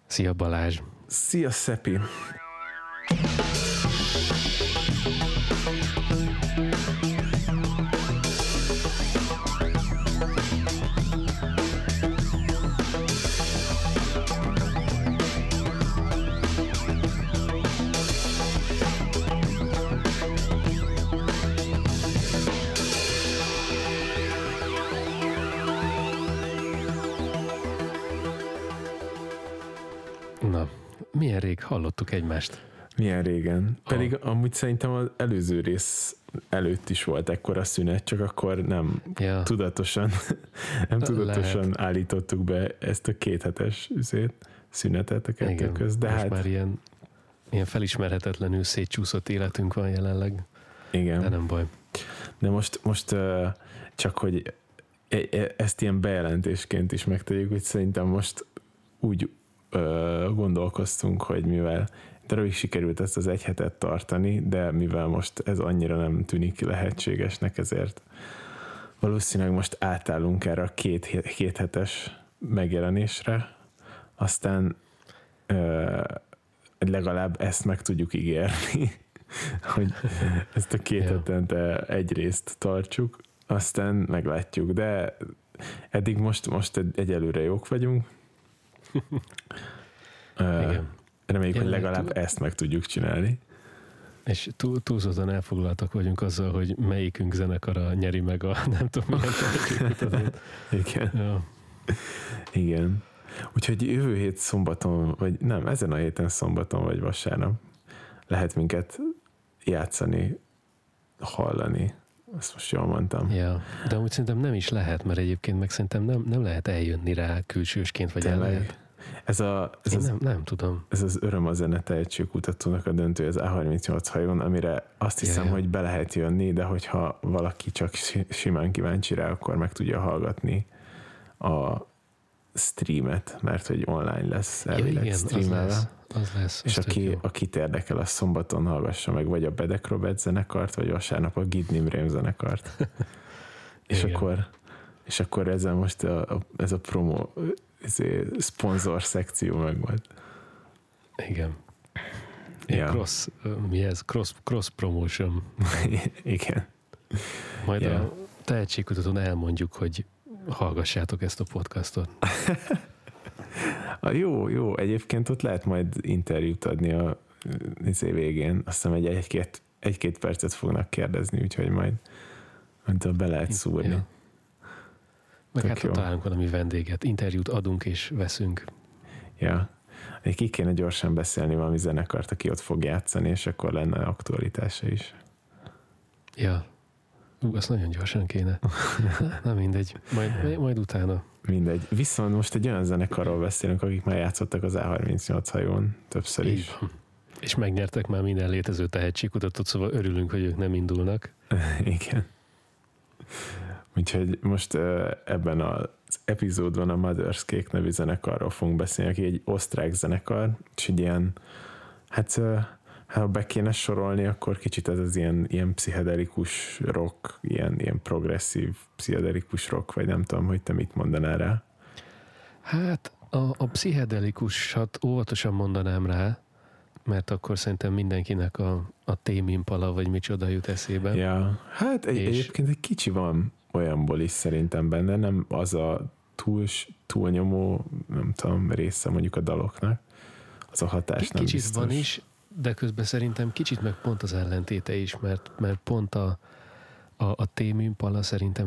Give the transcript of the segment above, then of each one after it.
Szia Balázs! Szia Szepi! Na, milyen rég hallottuk egymást. Milyen régen. Pedig amúgy szerintem az előző rész előtt is volt ekkora szünet, csak akkor nem tudatosan állítottuk be ezt a 2 hetes szünetet a kettő közt. De most már ilyen felismerhetetlenül szétcsúszott életünk van jelenleg. Igen. De nem baj. De most csak, hogy ezt ilyen bejelentésként is megtegyük, hogy szerintem most úgy gondolkoztunk, hogy mivel darabig sikerült ezt az 1 hetet tartani, de mivel most ez annyira nem tűnik lehetségesnek, ezért valószínűleg most átállunk erre a 2 hetes megjelenésre, aztán legalább ezt meg tudjuk ígérni, hogy ezt a 2 hetente egy részt tartsuk, aztán meglátjuk, de eddig most egyelőre jók vagyunk. Reméljük, hogy legalább ezt meg tudjuk csinálni. És túlzottan elfoglaltak vagyunk azzal, hogy melyikünk zenekara nyeri meg a nem tudom milyen tehetségkutatót. Igen. Ja. Igen. Úgyhogy jövő hét szombaton, vagy nem, ezen a héten szombaton vagy vasárnap lehet minket játszani, hallani. Ezt most jól mondtam. Ja, de amúgy szerintem nem is lehet, mert egyébként meg szerintem nem lehet eljönni rá külsősként, vagy el lehet. Nem tudom. Ez az Öröm a zene tehetségkutatónak a döntő az A38 hajón, amire azt hiszem, hogy be lehet jönni, de hogyha valaki csak simán kíváncsi rá, akkor meg tudja hallgatni a streamet, mert hogy online lesz elvileg streamelve. Az lesz. És akit érdekel, a szombaton hallgassa meg vagy a Bedek Robert zenekart, vagy vasárnap a Gidnim Rém zenekart. és akkor ezzel most ez a promo szponzor szekció megvolt. Igen. Cross promotion. Igen. Majd a tehetségkutatón elmondjuk, hogy hallgassátok ezt a podcastot. Jó. Egyébként ott lehet majd interjút adni a végén. Azt hiszem, egy-két percet fognak kérdezni, úgyhogy majd be lehet szúrni. Ja. Meg hát találunk valami vendéget, interjút adunk és veszünk. Ja. Ki kéne gyorsan beszélni valami zenekart, aki ott fog játszani, és akkor lenne aktualitása is. Ja. Azt nagyon gyorsan kéne. Na mindegy. Majd utána. Mindegy. Viszont most egy olyan zenekarról beszélünk, akik már játszottak az A38 hajón többször is. És megnyertek már minden létező tehetségkutatót, szóval örülünk, hogy ők nem indulnak. Igen. Úgyhogy most ebben az epizódban a Mother's Cake nevű zenekarról fogunk beszélni, aki egy osztrák zenekar, és egy ilyen, ha be kéne sorolni, akkor kicsit ez az ilyen pszichedelikus rock, ilyen progresszív pszichedelikus rock, vagy nem tudom, hogy te mit mondanál rá. Hát a pszichedelikusat óvatosan mondanám rá, mert akkor szerintem mindenkinek a Tame Impala, vagy micsoda jut eszébe. Ja, hát egyébként egy kicsi van olyanból is szerintem benne, nem az a túlnyomó, nem tudom, része mondjuk a daloknak. Az a hatás nem kicsit biztos. Van is, de közben szerintem kicsit meg pont az ellentéte is, mert pont a Tame Impala szerintem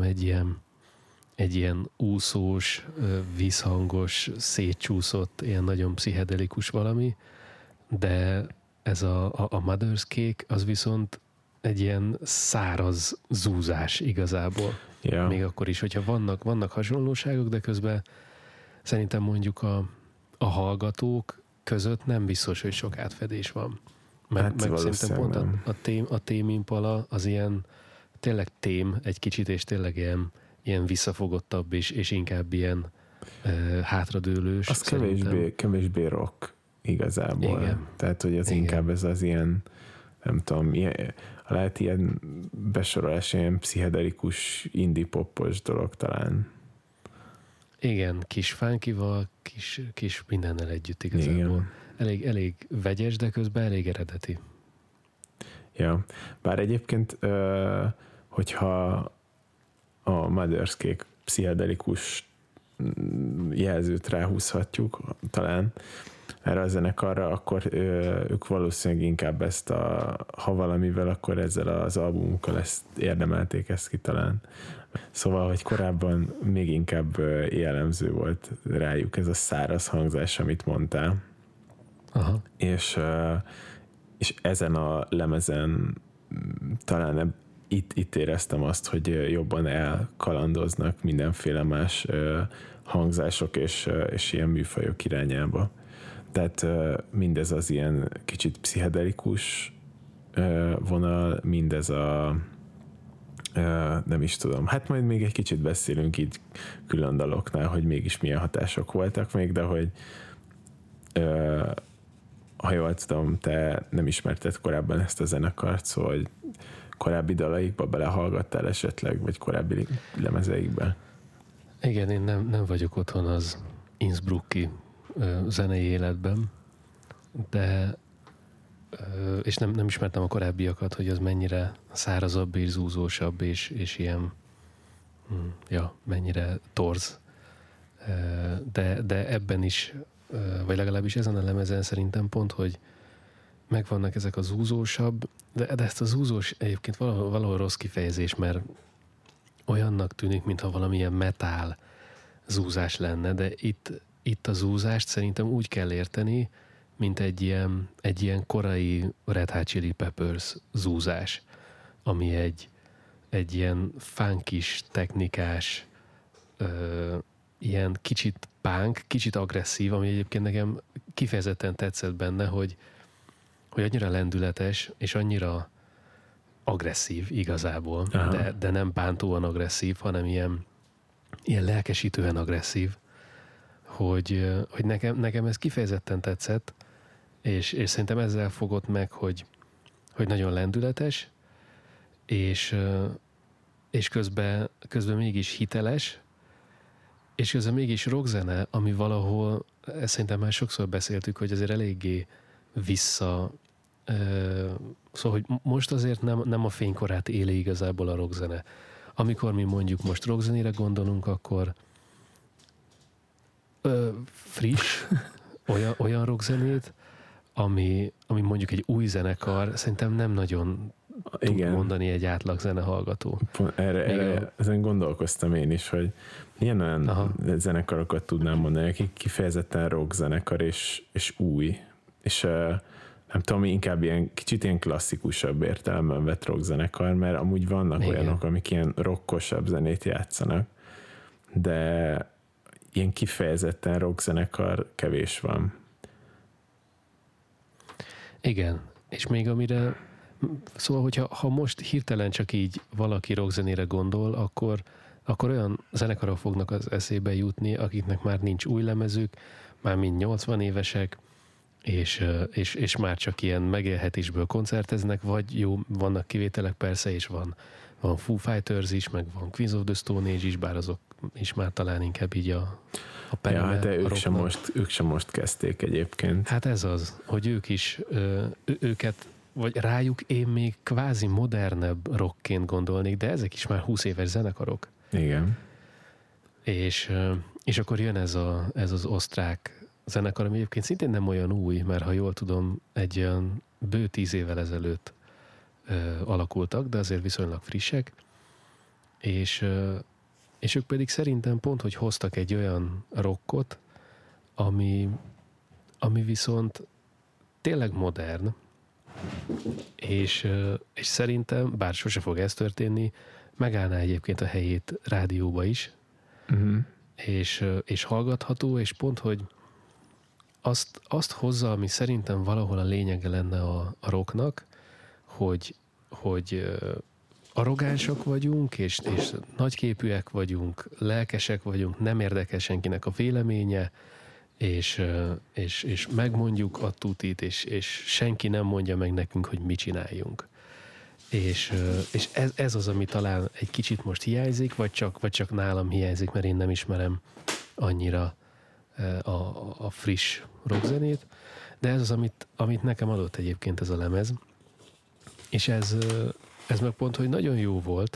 egy ilyen úszós, vízhangos, szétcsúszott, ilyen nagyon pszichedelikus valami, de ez a Mother's Cake az viszont egy ilyen száraz zúzás igazából. Ja. Még akkor is, hogyha vannak hasonlóságok, de közben szerintem mondjuk a hallgatók között nem biztos, hogy sok átfedés van. Meg szerintem pont a Tame Impala az ilyen tényleg tém egy kicsit, és tényleg ilyen visszafogottabb, és inkább ilyen hátradőlős. Az kevésbé rock igazából. Igen. Tehát, hogy az inkább ez az ilyen, nem tudom, lehet ilyen besorolás, ilyen pszichedelikus indie poppos dolog talán. Igen, kis fánkival, kis mindennel együtt igazából. Elég vegyes, de közben elég eredeti. Ja, bár egyébként, hogyha a Mother's Cake pszichedelikus jelzőt ráhúzhatjuk talán erre a zenekarra, akkor ők valószínűleg inkább ezt ha valamivel, akkor ezzel az albumukkal ezt érdemelték ezt ki talán. Szóval, hogy korábban még inkább jellemző volt rájuk ez a száraz hangzás, amit mondtál. Aha. És ezen a lemezen talán itt éreztem azt, hogy jobban elkalandoznak mindenféle más hangzások és ilyen műfajok irányába. Tehát mindez az ilyen kicsit pszichedelikus vonal, mindez a nem is tudom. Hát majd még egy kicsit beszélünk így külön daloknál, hogy mégis milyen hatások voltak még, de hogy ha jól tudom, te nem ismerted korábban ezt a zenekart, szóval korábbi dalaikba belehallgattál esetleg, vagy korábbi lemezeikbe? Igen, én nem vagyok otthon az innsbrucki zenei életben, de és nem ismertem a korábbiakat, hogy az mennyire szárazabb és zúzósabb, és ilyen mennyire torz. De ebben is, vagy legalábbis ezen a lemezen szerintem pont, hogy megvannak ezek a zúzósabb, de ezt a zúzós egyébként valahol rossz kifejezés, mert olyannak tűnik, mintha valamilyen metál zúzás lenne, de itt a zúzást szerintem úgy kell érteni, mint egy ilyen korai Red Hot Chili Peppers zúzás, ami egy ilyen funkis, technikás, ilyen kicsit punk, kicsit agresszív, ami egyébként nekem kifejezetten tetszett benne, hogy annyira lendületes, és annyira agresszív igazából, de nem bántóan agresszív, hanem ilyen lelkesítően agresszív, hogy nekem ez kifejezetten tetszett, és szerintem ezzel fogott meg, hogy nagyon lendületes, és közben mégis hiteles, és közben mégis rockzene, ami valahol, ezt szerintem már sokszor beszéltük, hogy azért eléggé szóval, hogy most azért nem a fénykorát éli igazából a rockzene. Amikor mi mondjuk most rockzenére gondolunk, akkor friss, olyan rockzenét, ami mondjuk egy új zenekar, szerintem nem nagyon tud mondani egy átlag zenehallgató. Ezen gondolkoztam én is, hogy milyen olyan zenekarokat tudnám mondani, akik kifejezetten rock zenekar és új, és nem tudom, inkább kicsit ilyen klasszikusabb értelemben vett rock zenekar, mert amúgy vannak olyanok, amik ilyen rockosabb zenét játszanak, de ilyen kifejezetten rock zenekar kevés van. Igen, és még amire, szóval, hogyha most hirtelen csak így valaki rockzenére gondol, akkor olyan zenekarok fognak az eszébe jutni, akiknek már nincs új lemezük, már mind 80 évesek, és már csak ilyen megélhetésből koncerteznek, vagy jó, vannak kivételek persze, és van Foo Fighters is, meg van Queens of the Stone Age is, bár azok is már talán inkább így a pereme. Ja, de ők sem most kezdték egyébként. Hát ez az, hogy ők is, őket, vagy rájuk én még kvázi modernebb rockként gondolnék, de ezek is már 20 éves zenekarok. Igen. És akkor jön ez az osztrák zenekar, ami egyébként szintén nem olyan új, mert ha jól tudom, egy olyan bő 10 évvel ezelőtt alakultak, de azért viszonylag frissek, és ők pedig szerintem pont, hogy hoztak egy olyan rockot, ami viszont tényleg modern, és szerintem, bár sose fog ez történni, megállná egyébként a helyét rádióba is, és hallgatható, és pont, hogy azt hozza, ami szerintem valahol a lényege lenne a rocknak, hogy arrogánsak vagyunk, és nagyképűek vagyunk, lelkesek vagyunk, nem érdekel senkinek a véleménye, és megmondjuk a tutit, és senki nem mondja meg nekünk, hogy mit csináljunk. És ez az, ami talán egy kicsit most hiányzik, vagy csak nálam hiányzik, mert én nem ismerem annyira a friss rockzenét, de ez az, amit nekem adott egyébként ez a lemez, és ez meg pont, hogy nagyon jó volt,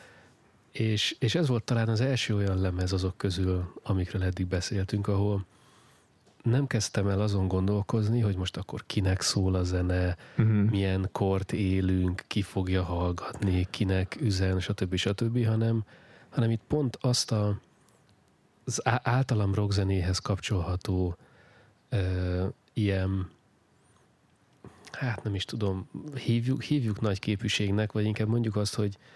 és ez volt talán az első olyan lemez azok közül, amikről eddig beszéltünk, ahol nem kezdtem el azon gondolkozni, hogy most akkor kinek szól a zene, milyen kort élünk, ki fogja hallgatni, kinek üzen, stb. Hanem itt pont azt az általam rockzenéhez kapcsolható ilyen, hát nem is tudom, hívjuk nagy képűségnek, vagy inkább mondjuk azt,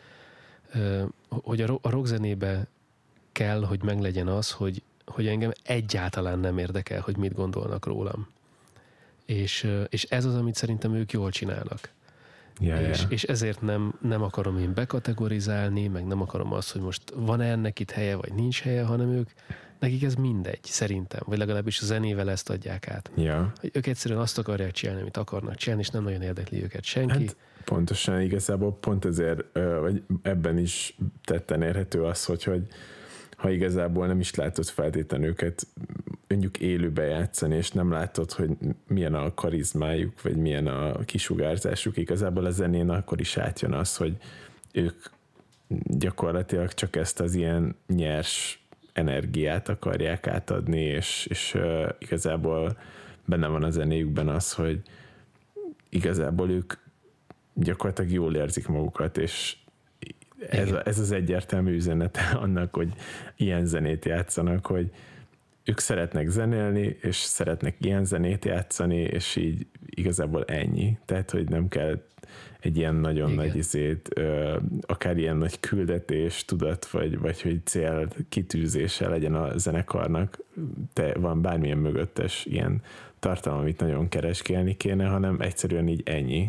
hogy a rockzenébe kell, hogy meglegyen az, hogy engem egyáltalán nem érdekel, hogy mit gondolnak rólam. És ez az, amit szerintem ők jól csinálnak. És ezért nem akarom én bekategorizálni, meg nem akarom azt, hogy most van-e ennek itt helye, vagy nincs helye, hanem nekik ez mindegy, szerintem. Vagy legalábbis a zenével ezt adják át. Ja. Ők egyszerűen azt akarják csinálni, amit akarnak csinálni, és nem nagyon érdekli őket senki. Hát pontosan, igazából pont ezért, vagy ebben is tetten érhető az, hogy ha igazából nem is látod feltétlenül őket mondjuk élőbe játszani, és nem látod, hogy milyen a karizmájuk, vagy milyen a kisugárzásuk, igazából a zenén akkor is átjön az, hogy ők gyakorlatilag csak ezt az ilyen nyers energiát akarják átadni, és igazából benne van a zenéjükben az, hogy igazából ők gyakorlatilag jól érzik magukat, és ez az egyértelmű üzenete annak, hogy ilyen zenét játszanak, hogy ők szeretnek zenélni, és szeretnek ilyen zenét játszani, és így igazából ennyi. Tehát, hogy nem kell egy ilyen nagyon nagy akár ilyen nagy küldetés, tudat, vagy hogy cél kitűzése legyen a zenekarnak, van bármilyen mögöttes ilyen tartalom, amit nagyon keresgélni kéne, hanem egyszerűen így ennyi,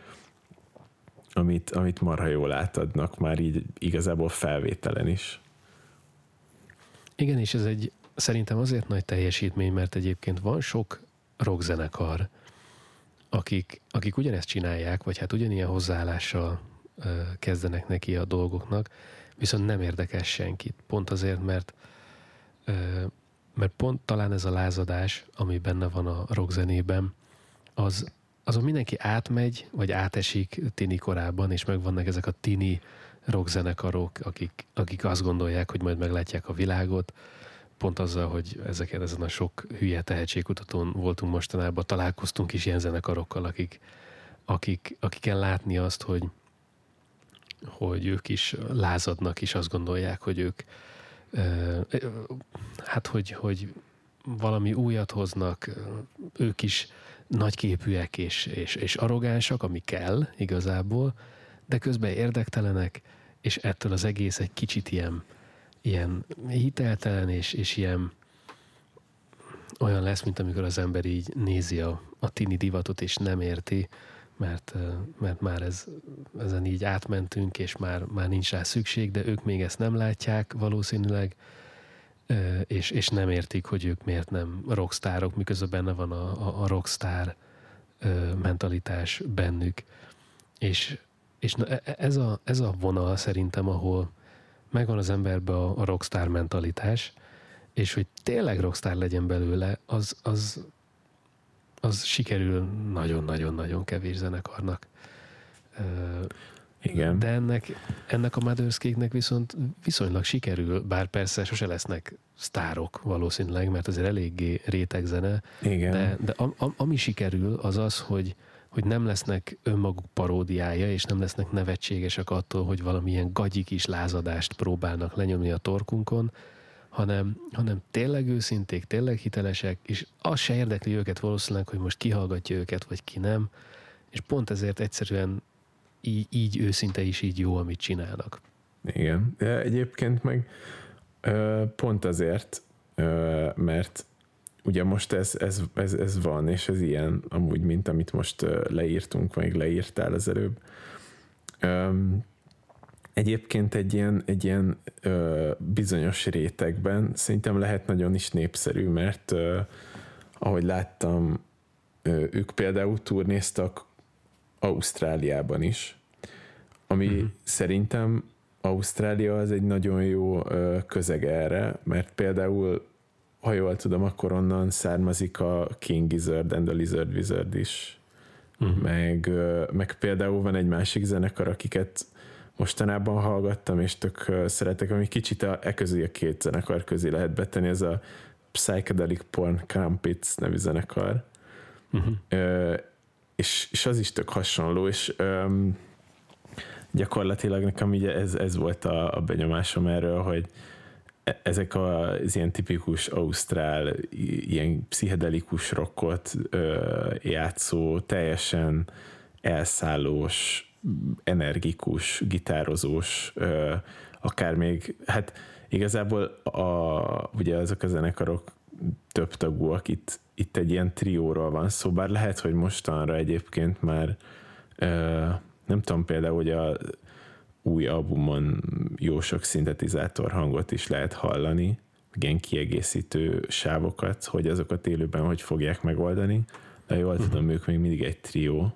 amit marha jól átadnak, már így igazából felvételen is. Igen, és ez szerintem azért nagy teljesítmény, mert egyébként van sok rockzenekar, akik ugyanezt csinálják, vagy hát ugyanilyen hozzáállással kezdenek neki a dolgoknak, viszont nem érdekes senkit. Pont azért, mert pont talán ez a lázadás, ami benne van a rockzenében, azon mindenki átmegy, vagy átesik tini korában, és megvannak ezek a tini rockzenekarok, akik azt gondolják, hogy majd meglátják a világot, pont azzal, hogy ezen a sok hülye tehetségkutatón voltunk mostanában, találkoztunk is ilyen zenekarokkal, akiken látni azt, hogy ők is lázadnak, és azt gondolják, hogy ők hogy valami újat hoznak, ők is nagyképűek és arrogánsak, ami kell igazából, de közben érdektelenek, és ettől az egész egy kicsit ilyen hiteltelen, és ilyen olyan lesz, mint amikor az ember így nézi a tini divatot, és nem érti, mert már ezen így átmentünk, és már nincs rá szükség, de ők még ezt nem látják valószínűleg, és nem értik, hogy ők miért nem rockstárok, miközben benne van a rockstar mentalitás bennük. És ez a vonal szerintem, ahol megvan az emberben a rockstar mentalitás, és hogy tényleg rockstar legyen belőle, az sikerül nagyon-nagyon-nagyon kevés zenekarnak. Igen. De ennek a Mother's Cake-nek viszont viszonylag sikerül, bár persze sose lesznek sztárok valószínűleg, mert azért eléggé réteg zene. Igen. De ami sikerül, az, hogy nem lesznek önmaguk paródiája, és nem lesznek nevetségesek attól, hogy valamilyen gagyi kis lázadást próbálnak lenyomni a torkunkon, hanem tényleg őszinték, tényleg hitelesek, és az se érdekli őket valószínűleg, hogy most kihallgatja őket, vagy ki nem, és pont ezért egyszerűen így őszinte is így jó, amit csinálnak. Igen. De egyébként meg pont azért, mert ugye most ez van, és ez ilyen, amúgy, mint amit most leírtunk, vagy leírtál az előbb. Egyébként egy ilyen bizonyos rétegben szerintem lehet nagyon is népszerű, mert ahogy láttam, ők például turnéztak Ausztráliában is, ami szerintem Ausztrália az egy nagyon jó közeg erre, mert például ha jól tudom, akkor onnan származik a King Gizzard and the Lizard Wizard is. Meg például van egy másik zenekar, akiket mostanában hallgattam, és tök szeretek, ami kicsit közé a két zenekar közé lehet betenni, ez a Psychedelic Porn Crumpets nevű zenekar. És az is tök hasonló, és gyakorlatilag nekem ugye ez volt a benyomásom erről, hogy ezek az ilyen tipikus ausztrál, ilyen pszichedelikus rockot játszó, teljesen elszállós, energikus, gitározós, akár még, hát igazából ugye azok a zenekarok több tagúak, itt egy ilyen trióról van szó, bár lehet, hogy mostanra egyébként már nem tudom, például, hogy a új albumon jó sok szintetizátor hangot is lehet hallani, ilyen kiegészítő sávokat, hogy azokat élőben hogy fogják megoldani, de jól tudom, ők még mindig egy trió.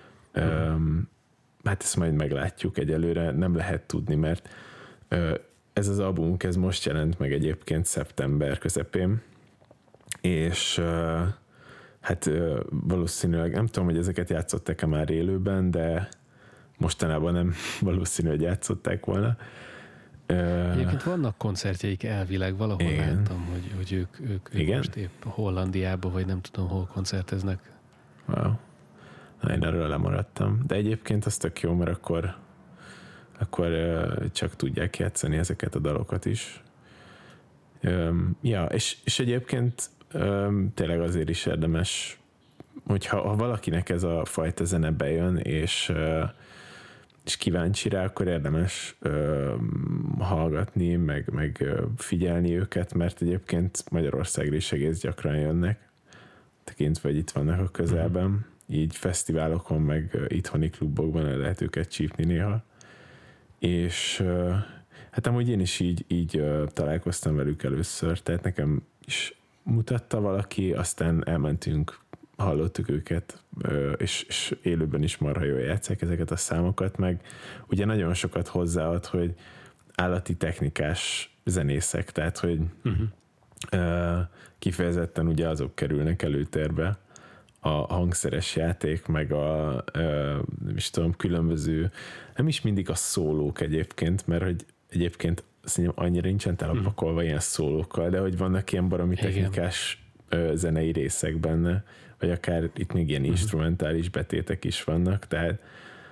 Hát ezt majd meglátjuk, egyelőre nem lehet tudni, mert ez az albumunk, ez most jelent meg egyébként szeptember közepén, és hát valószínűleg, nem tudom, hogy ezeket játszották-e már élőben, de mostanában nem valószínű, hogy játszották volna. Egyébként vannak koncertjeik elvileg, valahol igen. Láttam, hogy ők most épp Hollandiában, vagy nem tudom, hol koncerteznek. Wow. Na, én erről lemaradtam. De egyébként az tök jó, mert akkor csak tudják játszani ezeket a dalokat is. Ja, és egyébként tényleg azért is érdemes, hogyha valakinek ez a fajta zene bejön, és kíváncsi rá, akkor érdemes hallgatni, meg figyelni őket, mert egyébként Magyarországra is egész gyakran jönnek, tekintve, hogy itt vannak a közelben, így fesztiválokon, meg itthoni klubokban el lehet őket csípni néha. És hát amúgy én is így találkoztam velük először, tehát nekem is mutatta valaki, aztán elmentünk, hallottuk őket, és élőben is marha jól játsszák ezeket a számokat, meg ugye nagyon sokat hozzáad, hogy állati technikás zenészek, tehát hogy kifejezetten ugye azok kerülnek előtérbe, a hangszeres játék, meg nem is tudom, különböző, nem is mindig a szólók egyébként, mert hogy egyébként szerintem annyira nincsen telepakolva ilyen szólókkal, de hogy vannak ilyen baromi technikás zenei részek benne, vagy akár itt még ilyen instrumentális betétek is vannak, tehát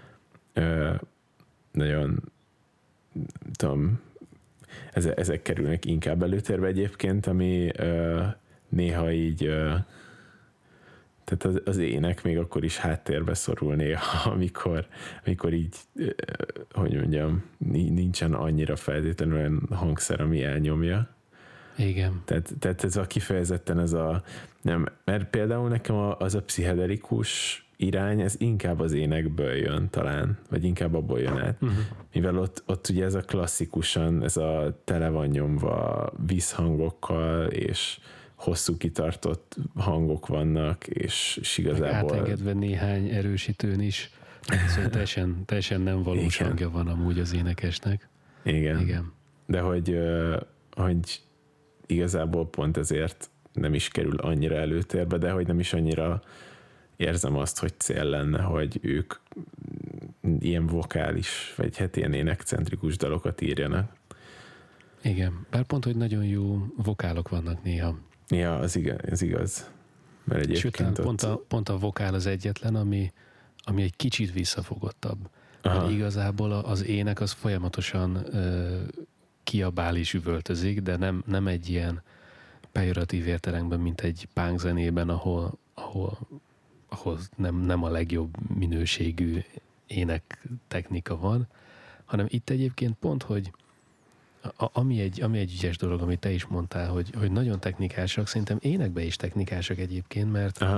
nagyon tudom, ezek kerülnek inkább előtérbe egyébként, ami néha így tehát az ének még akkor is háttérbe szorul néha, amikor így, hogy mondjam, nincsen annyira feltétlenül olyan hangszer, ami elnyomja. Igen. Tehát ez a kifejezetten ez a, nem, mert például nekem az a pszichedelikus irány, ez inkább az énekből jön talán, vagy inkább abból jön át. Mivel ott ugye ez a klasszikusan, ez a tele van nyomva vízhangokkal, és hosszú kitartott hangok vannak, és igazából... Átengedve néhány erősítőn is, szóval teljesen nem valós hangja van amúgy az énekesnek. Igen. De hogy igazából pont ezért nem is kerül annyira előtérbe, de hogy nem is annyira érzem azt, hogy cél lenne, hogy ők ilyen vokális, vagy hát ilyen énekcentrikus dalokat írjanak. Igen, bár pont, hogy nagyon jó vokálok vannak néha. Ja, az igaz. Mert egyébként sőt, pont a vokál az egyetlen, ami egy kicsit visszafogottabb. Mert igazából az ének az folyamatosan kiabál és üvöltözik, de nem egy ilyen pejoratív értelemben, mint egy punk zenében, ahol nem a legjobb minőségű énektechnika van, hanem itt egyébként pont, hogy ami egy ügyes dolog, amit te is mondtál, hogy nagyon technikásak, szerintem énekben is technikásak egyébként,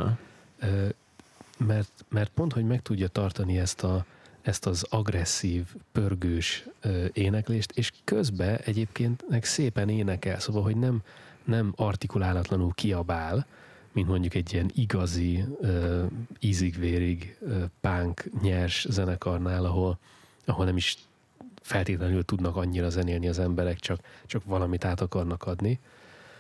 mert pont, hogy meg tudja tartani ezt az agresszív, pörgős éneklést, és közben egyébként szépen énekel, szóval, hogy nem artikulálatlanul kiabál, mint mondjuk egy ilyen igazi, ízig-vérig punk nyers zenekarnál, ahol nem is feltétlenül tudnak annyira zenélni az emberek, csak valamit át akarnak adni,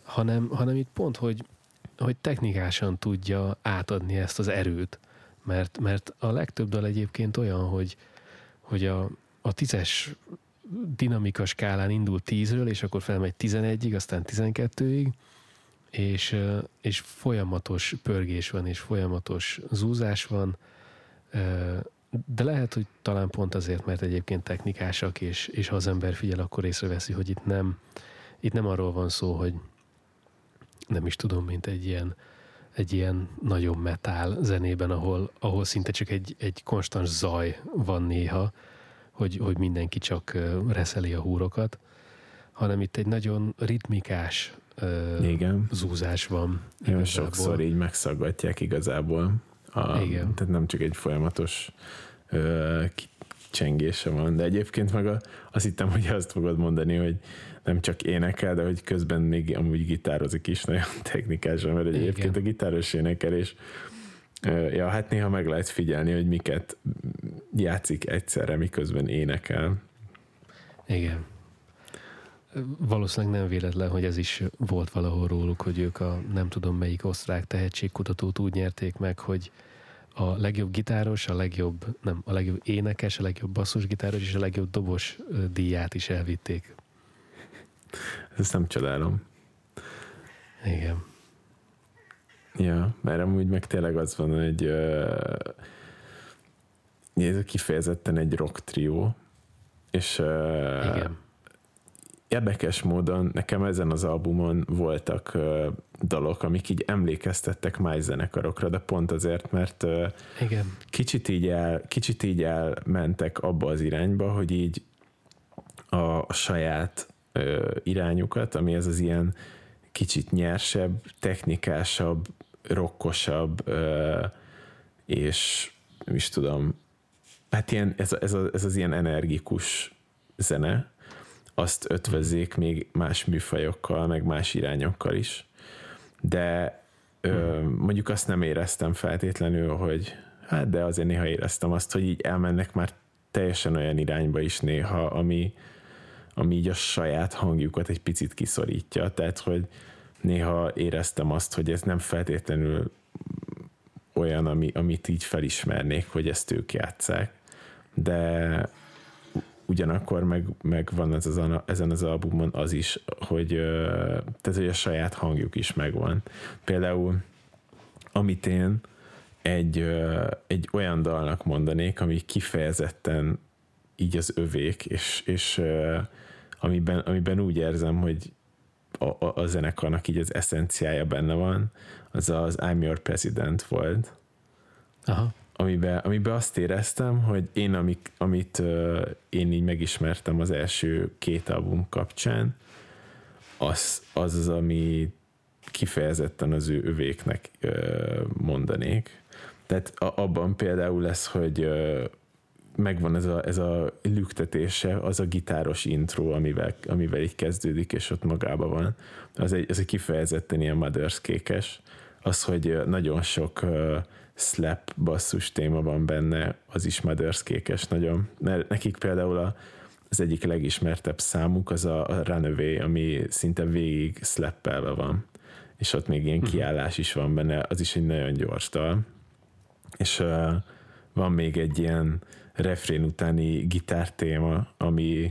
hanem itt pont, hogy technikásan tudja átadni ezt az erőt, mert a legtöbb dal egyébként olyan, hogy a 10-es dinamika skálán indul 10-ről, és akkor felmegy 11-ig, aztán 12-ig, és folyamatos pörgés van, és folyamatos zúzás van, de lehet, hogy talán pont azért, mert egyébként technikásak, és ha az ember figyel, akkor észreveszi, hogy itt nem arról van szó, hogy nem is tudom, mint egy ilyen nagyon metál zenében, ahol szinte csak egy konstans zaj van néha, hogy mindenki csak reszeli a húrokat, hanem itt egy nagyon ritmikás zúzás van. Nagyon sokszor így megszaggatják igazából. Igen. Tehát nem csak egy folyamatos csengése van, de egyébként meg azt hittem, hogy azt fogod mondani, hogy nem csak énekel, de hogy közben még amúgy gitározik is nagyon technikásan, mert egyébként a gitáros énekelés, hát néha meg lehet figyelni, hogy miket játszik egyszerre, miközben énekel. Igen. Valószínűleg nem véletlen, hogy ez is volt valahol róluk, hogy ők a nem tudom melyik osztrák tehetségkutatót úgy nyerték meg, hogy a legjobb gitáros, a legjobb énekes, a legjobb basszusgitáros és a legjobb dobos díját is elvitték. Ezt nem csodálom. Igen. Ja, mert amúgy meg tényleg az van, hogy ez kifejezetten egy rock trió, és igen. Érdekes módon nekem ezen az albumon voltak dalok, amik így emlékeztettek más zenekarokra, de pont azért, mert igen. kicsit így elmentek abba az irányba, hogy így a saját irányukat, ami ez az ilyen kicsit nyersebb, technikásabb, rockosabb, és nem is tudom, hát ilyen, ez az ilyen energikus zene, azt ötvözzék még más műfajokkal, meg más irányokkal is. De mondjuk azt nem éreztem feltétlenül, hogy hát de azért néha éreztem azt, hogy így elmennek már teljesen olyan irányba is néha, ami így a saját hangjukat egy picit kiszorítja. Tehát, hogy néha éreztem azt, hogy ez nem feltétlenül olyan, amit így felismernék, hogy ezt ők játsszák. De ugyanakkor meg van ezen az albumon az is, hogy a saját hangjuk is megvan. Például, amit én egy olyan dalnak mondanék, ami kifejezetten így az övék, és amiben úgy érzem, hogy a zenekarnak így az eszenciája benne van, az I'm Your President volt. Aha. Amiben azt éreztem, hogy amit én így megismertem az első 2 album kapcsán, az, ami kifejezetten az ő övéknek mondanék. Tehát abban például lesz, hogy megvan ez a lüktetése, az a gitáros intro, amivel így kezdődik, és ott magában van. Ez egy kifejezetten ilyen Motherscake-es. Az, hogy nagyon sok slap basszus téma van benne, az is Motherscake-es nagyon. Mert nekik például az egyik legismertebb számuk az a Runaway, ami szinte végig slappelve van. És ott még ilyen kiállás is van benne, az is egy nagyon gyors dal. És van még egy ilyen refrén utáni gitártéma, ami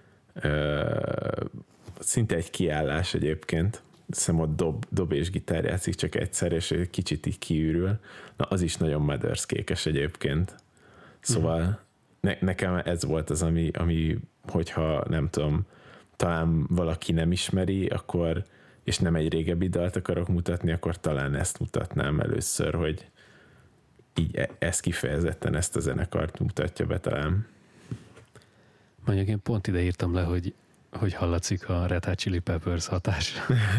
szinte egy kiállás egyébként. Hiszem ott dob és gitár játszik csak egyszer, és egy kicsit így kiürül. Na, az is nagyon Motherscake-es egyébként. Szóval nekem ez volt az, ami hogyha nem tudom, talán valaki nem ismeri, akkor, és nem egy régebbi dalt akarok mutatni, akkor talán ezt mutatnám először, hogy így ez kifejezetten ezt a zenekart mutatja be talán. Mondjuk én pont ide írtam le, hogy hallatszik a Red Hot Chili Peppers hatás.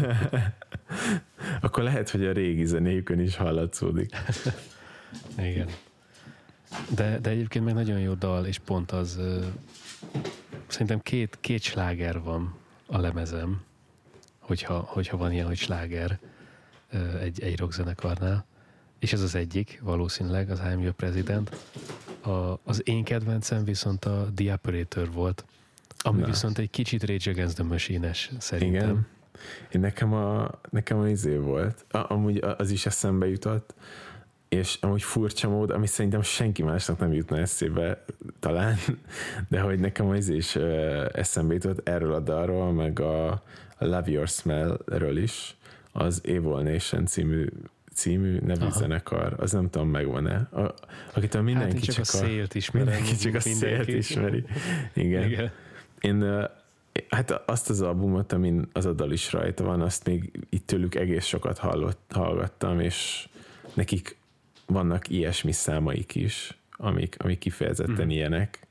Akkor lehet, hogy a régi zenéjükön is hallatszódik. Igen. De egyébként meg nagyon jó dal, és pont az szerintem két sláger van a lemezem, hogyha van ilyen, hogy sláger egy rockzenekarnál. És ez az egyik, valószínűleg, az I'm Your President. Az én kedvencem viszont a The Operator volt, ami viszont egy kicsit Rage Against the Machine-es szerintem. Igen. Nekem a izé volt. Amúgy az is eszembe jutott, és amúgy furcsa mód, ami szerintem senki másnak nem jutna eszébe talán, de hogy nekem az is eszembe jutott erről a dalról, meg a Love Your Smell-ről is, az Evil Nation című nevű zenekar, az nem tudom, megvan-e. Akitől mindenki csak a szélt ismerem. Mindenki csak a szélt ismeri. Igen. Én hát azt az albumot, amin az a dal is rajta van, azt még itt tőlük egész sokat hallgattam, és nekik vannak ilyesmi számaik is, amik kifejezetten ilyenek.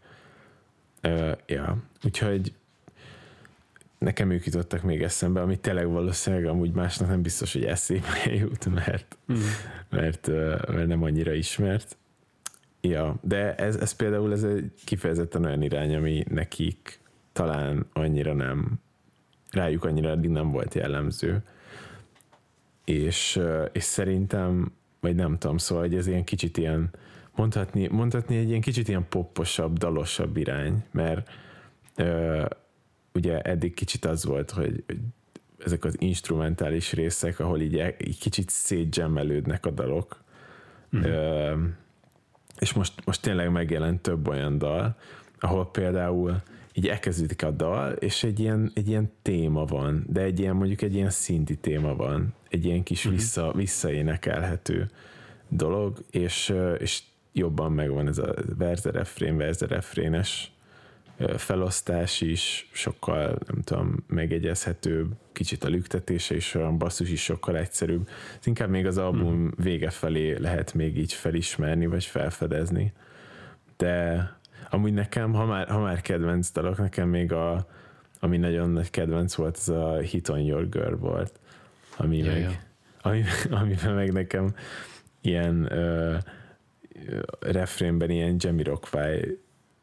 Úgyhogy nekem ők jutottak még eszembe, ami tényleg valószínűleg amúgy másnak nem biztos, hogy eszébe jut, mert nem annyira ismert. Ja, de ez például ez egy kifejezetten olyan irány, ami nekik talán rájuk annyira eddig nem volt jellemző. És szerintem, vagy nem tudom, szóval, hogy ez ilyen kicsit ilyen, mondhatni egy ilyen kicsit ilyen popposabb, dalosabb irány, mert ugye eddig kicsit az volt, hogy ezek az instrumentális részek, ahol így kicsit szétdzsemmelődnek a dalok. És most tényleg megjelent több olyan dal, ahol például így elkezdődik a dal, és egy ilyen téma van, de mondjuk egy ilyen szinti téma van, egy ilyen kis visszaénekelhető dolog, és jobban megvan ez a verze-refrénes felosztás is, sokkal, nem tudom, megegyezhetőbb, kicsit a lüktetése is olyan, basszus is sokkal egyszerűbb. Ez inkább még az album vége felé lehet még így felismerni, vagy felfedezni. De amúgy nekem, ha már kedvenc dalok, nekem még ami nagyon nagy kedvenc volt, az a Hit on Your Girl volt, amiben meg nekem ilyen refrénben ilyen Jamiroquai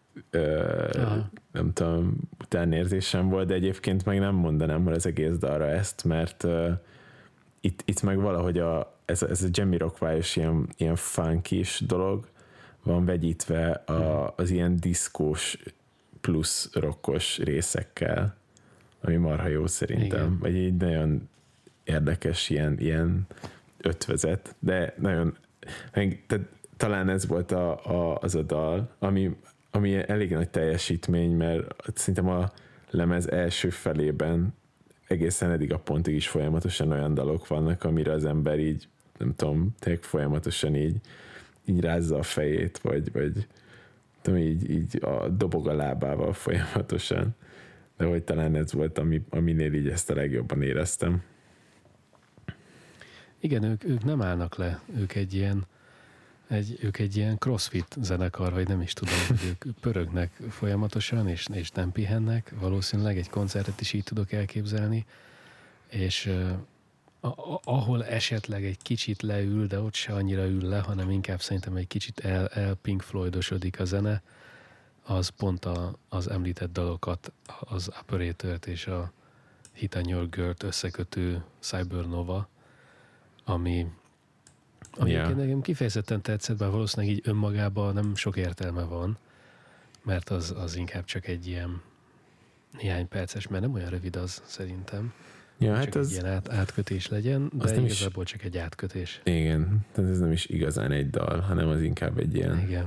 nem tudom, utánérzésem volt, de egyébként meg nem mondanám, hogy az egész dalra ezt, mert itt meg valahogy ez a Jamiroquai-os ilyen funkis dolog van vegyítve az ilyen diszkós plusz rockos részekkel, ami marha jó szerintem. Igen. Vagy egy nagyon érdekes ilyen ötvezet, de nagyon talán ez volt az a dal, ami elég nagy teljesítmény, mert szerintem a lemez első felében egészen eddig a pontig is folyamatosan olyan dalok vannak, amire az ember így, nem tudom, tényleg folyamatosan így rázza a fejét, vagy tudom, így dobog a lábával folyamatosan. De hogy talán ez volt, aminél így ezt a legjobban éreztem. Igen, ők nem állnak le, ők egy ilyen crossfit zenekar, vagy nem is tudom, hogy ők pörögnek folyamatosan, és nem pihennek. Valószínűleg egy koncertet is így tudok elképzelni, és ahol esetleg egy kicsit leül, de ott se annyira ül le, hanem inkább szerintem egy kicsit Pink Floydosodik a zene, az pont az említett dalokat, az Operator-t és a Hit on Your Girl-t összekötő Cybernova, ami nekem kifejezetten tetszett, bár valószínűleg így önmagában nem sok értelme van, mert az inkább csak egy ilyen néhány perces, mert nem olyan rövid az szerintem. Ja, csak hát az, egy ilyen átkötés legyen, de igazából csak egy átkötés. Igen, tehát ez nem is igazán egy dal, hanem az inkább egy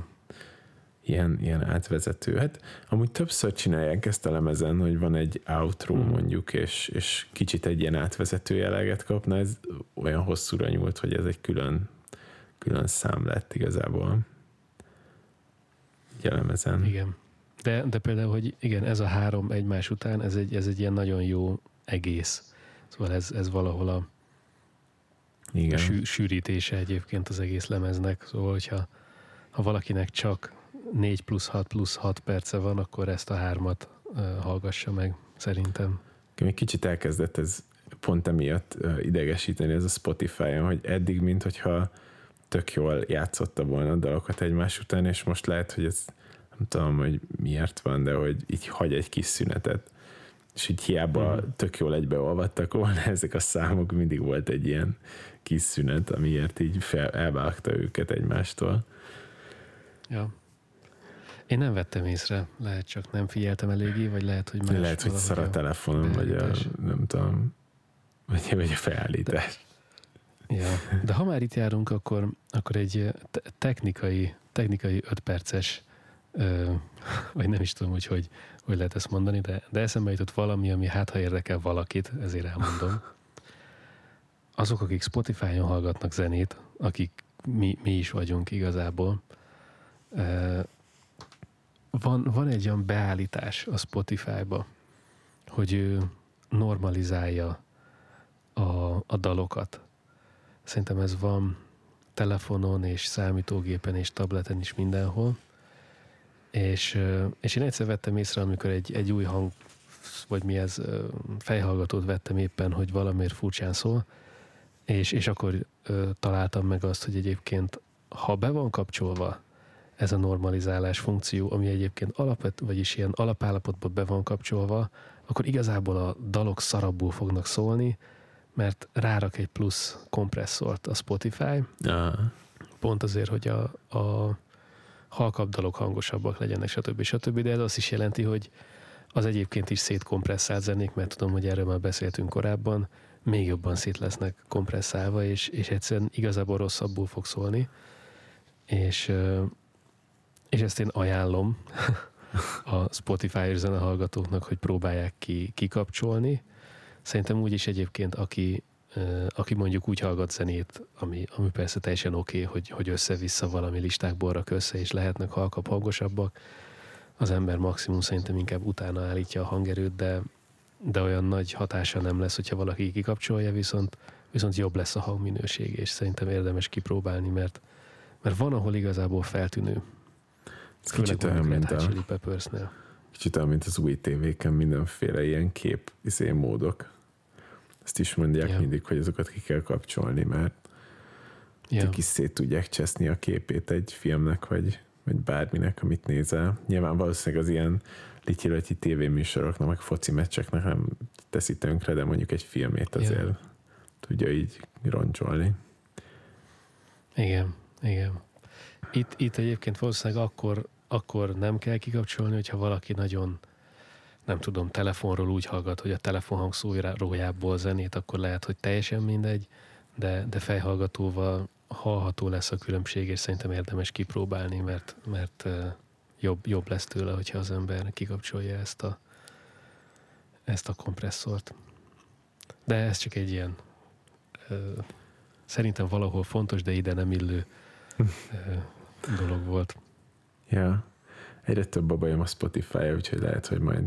ilyen átvezető. Hát amúgy többször csinálják ezt a lemezen, hogy van egy outro mondjuk, és kicsit egy ilyen átvezető jelleget kapna, ez olyan hosszúra nyúlt, hogy ez egy külön szám lett igazából. Egy lemezen. Igen. De például, hogy igen, ez a három egymás után, ez egy ilyen nagyon jó egész. Szóval ez valahol a sűrítése egyébként az egész lemeznek. Szóval, hogyha valakinek csak 4+6+6 perce van, akkor ezt a hármat hallgassa meg, szerintem. Még kicsit elkezdett ez pont emiatt idegesíteni ez a Spotify-on, hogy eddig, minthogyha tök jól játszotta volna a dalokat egymás után, és most lehet, hogy ez nem tudom, hogy miért van, de hogy így hagy egy kis szünetet. És így hiába tök jól egybeolvadtak volna ezek a számok, mindig volt egy ilyen kis szünet, amiért így elvágta őket egymástól. Ja. Én nem vettem észre, lehet csak nem figyeltem eléggé, vagy lehet, hogy más. Lehet, hogy szar a telefonom, vagy nem tudom. vagy a felállítás. Ja, de ha már itt járunk, akkor egy technikai 5 perces, vagy nem is tudom, hogy lehet ezt mondani, de eszembe jutott valami, ami hát ha érdekel valakit, ezért elmondom. Azok, akik Spotify-on hallgatnak zenét, akik mi is vagyunk igazából, van egy olyan beállítás a Spotify-ba, hogy ő normalizálja a dalokat. Szerintem ez van telefonon és számítógépen és tableten is mindenhol. És én egyszer vettem észre, amikor egy új hang, vagy mi ez, fejhallgatót vettem éppen, hogy valamiért furcsán szól, és akkor találtam meg azt, hogy egyébként, ha be van kapcsolva ez a normalizálás funkció, ami egyébként vagyis ilyen alapállapotban be van kapcsolva, akkor igazából a dalok szarabbul fognak szólni, mert rárak egy plusz kompresszort a Spotify, pont azért, hogy a halkabb dalok hangosabbak legyenek, stb. De ez azt is jelenti, hogy az egyébként is szétkompresszált zenék, mert tudom, hogy erről már beszéltünk korábban, még jobban szét lesznek kompresszálva, és egyszerűen igazából rosszabbul fog szólni. És ezt én ajánlom a Spotify-os zenehallgatóknak, hogy próbálják kikapcsolni. Szerintem úgyis egyébként, aki mondjuk úgy hallgat zenét, ami persze teljesen oké, hogy össze-vissza valami listákból rak össze, és lehetnek halkabb, hangosabbak, az ember maximum szerintem inkább utána állítja a hangerőt, de olyan nagy hatása nem lesz, hogyha valaki kikapcsolja, viszont jobb lesz a hangminőség, és szerintem érdemes kipróbálni, mert van, ahol igazából feltűnő. Kicsit olyan, mint az új tévéken mindenféle ilyen módok. Ezt is mondják mindig, hogy azokat ki kell kapcsolni, mert kis szét tudják cseszni a képét egy filmnek, vagy bárminek, amit nézel. Nyilván valószínűleg az ilyen lityi tévéműsoroknak, meg foci meccseknek nem teszi tönkre, de mondjuk egy filmét azért tudja így roncsolni. Igen. Itt egyébként valószínűleg akkor nem kell kikapcsolni, hogyha valaki nagyon, nem tudom, telefonról úgy hallgat, hogy a telefonhangszórójából zenét, akkor lehet, hogy teljesen mindegy, de fejhallgatóval hallható lesz a különbség, és szerintem érdemes kipróbálni, mert jobb lesz tőle, hogyha az ember kikapcsolja ezt a kompresszort. De ez csak egy ilyen szerintem valahol fontos, de ide nem illő dolog volt. Ja, egyre több a bajom a Spotify-ja, úgyhogy lehet, hogy majd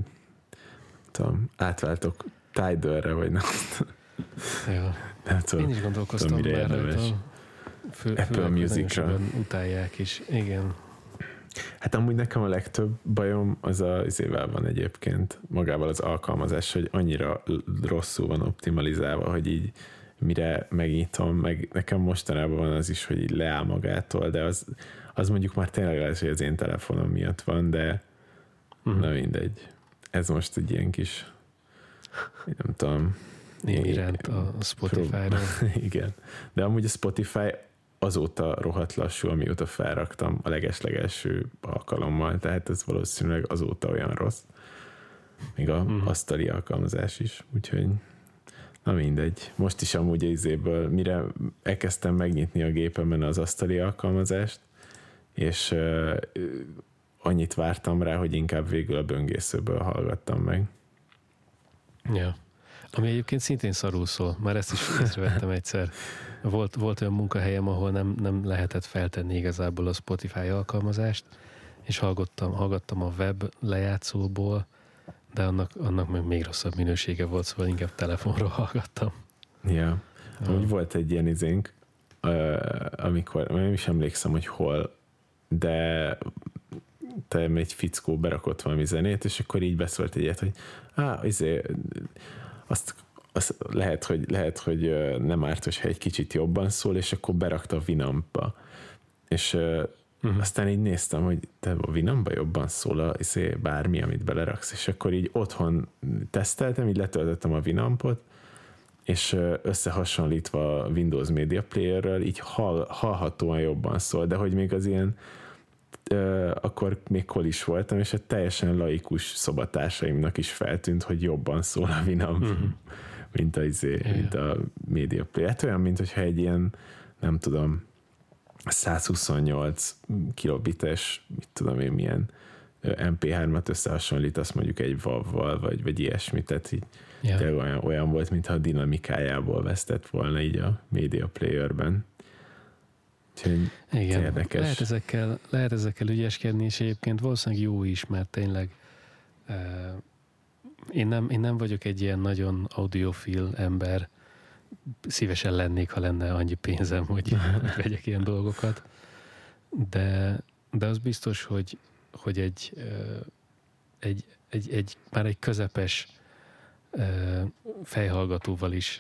átváltok Tidal-re, vagy nem. Ja. Én is gondolkoztam már rajta. Apple Music-ra. Utálják is. Igen. Hát amúgy nekem a legtöbb bajom az évvel van egyébként, magával az alkalmazás, hogy annyira rosszul van optimalizálva, hogy így mire megnyitom, meg nekem mostanában van az is, hogy így leáll magától, de az mondjuk már tényleg lesz, hogy az én telefonom miatt van, de na mindegy. Ez most egy ilyen kis, nem tudom. Némi rend a Spotify-ra. Igen. De amúgy a Spotify azóta rohadt lassú, amióta felraktam a legeslegelső alkalommal, tehát ez valószínűleg azóta olyan rossz. Még a asztali alkalmazás is, úgyhogy na mindegy. Most is amúgy izéből, mire elkezdtem megnyitni a gépemen az asztali alkalmazást, és annyit vártam rá, hogy inkább végül a böngészőből hallgattam meg. Ja. Ami egyébként szintén szarul szól. Már ezt is észrevettem egyszer. Volt olyan munkahelyem, ahol nem lehetett feltenni igazából a Spotify alkalmazást, és hallgattam a web lejátszóból, de annak meg még rosszabb minősége volt, szóval inkább telefonról hallgattam. Ja. Úgy volt egy ilyen izénk, amikor, nem is emlékszem, hogy hol, de egy fickó berakott valami zenét, és akkor így beszólt egyet, hogy azt lehet, hogy nem árt, hogyha egy kicsit jobban szól, és akkor berakta a Winampba. És aztán így néztem, hogy te a Winampba jobban szól bármi, amit beleraksz, és akkor így otthon teszteltem, így letöltöttem a Winampot, és összehasonlítva a Windows Media Player-rel így hallhatóan jobban szól, de hogy még az ilyen akkor még is voltam, és a teljesen laikus szobatársaimnak is feltűnt, hogy jobban szól a Winamp. mint a Media Player. Hát olyan, mint hogyha egy ilyen, nem tudom, 128 kilobites, mit tudom én, milyen MP3-at összehasonlítasz mondjuk egy WAV-val, vagy ilyesmi, tehát így olyan volt, mintha a dinamikájából vesztett volna így a Media Player-ben. Igen, érdekes. Lehet ezekkel ügyeskedni, és egyébként valószínűleg jó is, mert tényleg én nem vagyok egy ilyen nagyon audiofil ember, szívesen lennék, ha lenne annyi pénzem, hogy vegyek ilyen dolgokat, de az biztos, hogy már egy közepes fejhallgatóval is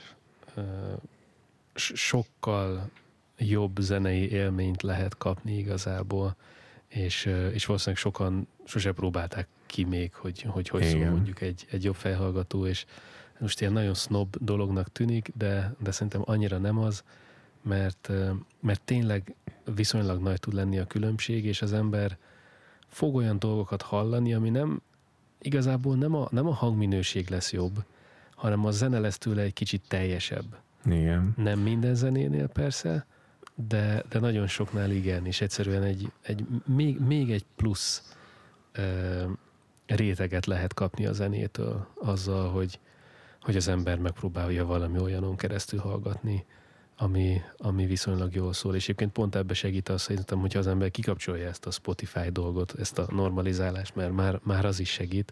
sokkal jobb zenei élményt lehet kapni igazából, és valószínűleg sokan sose próbálták ki még, hogy szól mondjuk egy jobb fejhallgató, és most ilyen nagyon snob dolognak tűnik, de szerintem annyira nem az, mert tényleg viszonylag nagy tud lenni a különbség, és az ember fog olyan dolgokat hallani, ami igazából nem a hangminőség lesz jobb, hanem a zene lesz tőle egy kicsit teljesebb. Igen. Nem minden zenénél persze, de nagyon soknál igen, és egyszerűen még egy plusz réteget lehet kapni a zenétől azzal, hogy az ember megpróbálja valami olyanon keresztül hallgatni, ami viszonylag jól szól. És egyébként pont ebbe segít azt, szerintem, hogyha az ember kikapcsolja ezt a Spotify dolgot, ezt a normalizálást, mert már az is segít.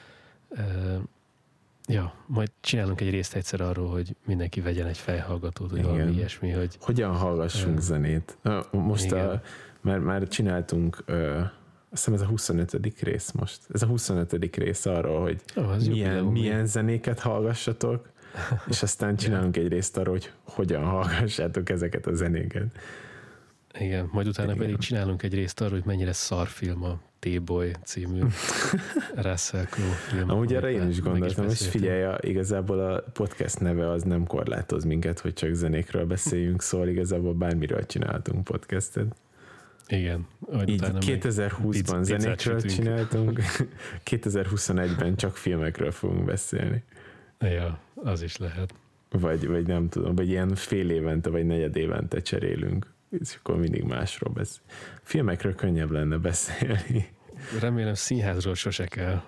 Majd csinálunk egy részt egyszer arról, hogy mindenki vegyen egy fejhallgatót, vagy valami ilyesmi, hogy... Hogyan hallgassunk zenét? Most már csináltunk, azt hiszem ez a 25. rész most. Ez a 25. rész arról, hogy milyen zenéket hallgassatok, és aztán csinálunk egy részt arról, hogy hogyan hallgassátok ezeket a zenéket. Igen, majd utána pedig csinálunk egy részt arról, hogy mennyire szar film a T-Boy című Russell Crowe film. Amúgy erre én is gondoltam, és figyelj, igazából a podcast neve az nem korlátoz minket, hogy csak zenékről beszéljünk, szóval igazából bármiről csináltunk podcastet. Igen. Így 2020-ban zenékről csináltunk, 2021-ben csak filmekről fogunk beszélni. Ja, az is lehet. Vagy nem tudom, vagy ilyen fél évente, vagy negyed évente cserélünk, és akkor mindig másról beszél. Filmekről könnyebb lenne beszélni. Remélem színházról sose kell.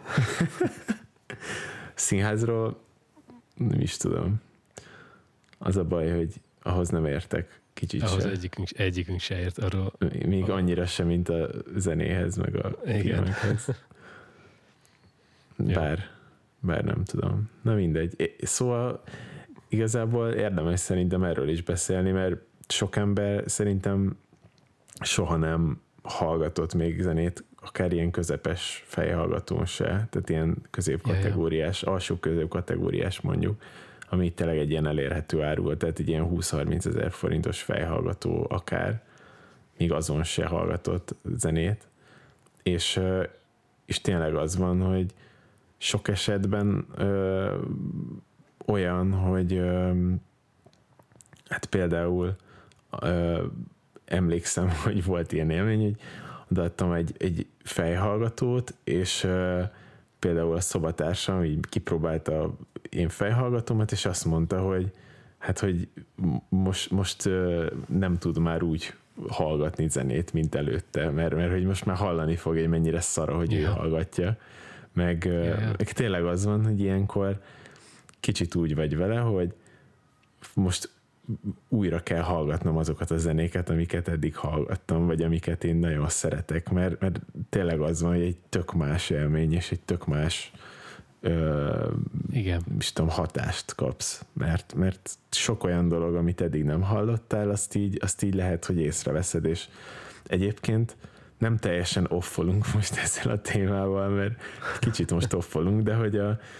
Színházról nem is tudom. Az a baj, hogy ahhoz nem értek kicsit ahhoz se. Egyikünk se ért arról. Még annyira sem, mint a zenéhez, meg a filmekhez. Bár nem tudom. Na mindegy. Szóval igazából érdemes szerintem erről is beszélni, mert sok ember szerintem soha nem hallgatott még zenét, akár ilyen közepes fejhallgatón se, tehát ilyen középkategóriás, alsó középkategóriás mondjuk, ami tényleg egy ilyen elérhető áru, tehát egy ilyen 20-30 ezer forintos fejhallgató akár, míg azon se hallgatott zenét, és tényleg az van, hogy sok esetben olyan, hogy hát például emlékszem, hogy volt ilyen élmény, hogy odaadtam egy fejhallgatót, és például a szobatársam így kipróbálta én fejhallgatómat, és azt mondta, hogy hát, hogy most nem tud már úgy hallgatni zenét, mint előtte, mert hogy most már hallani fog, hogy mennyire szara, hogy ő hallgatja. Meg tényleg az van, hogy ilyenkor kicsit úgy vagy vele, hogy most újra kell hallgatnom azokat a zenéket, amiket eddig hallgattam, vagy amiket én nagyon szeretek, mert tényleg az van, hogy egy tök más élmény, és egy tök más is tudom, hatást kapsz, mert sok olyan dolog, amit eddig nem hallottál, azt így lehet, hogy észreveszed, és egyébként nem teljesen offolunk most ezzel a témával, mert kicsit most offolunk, de hogy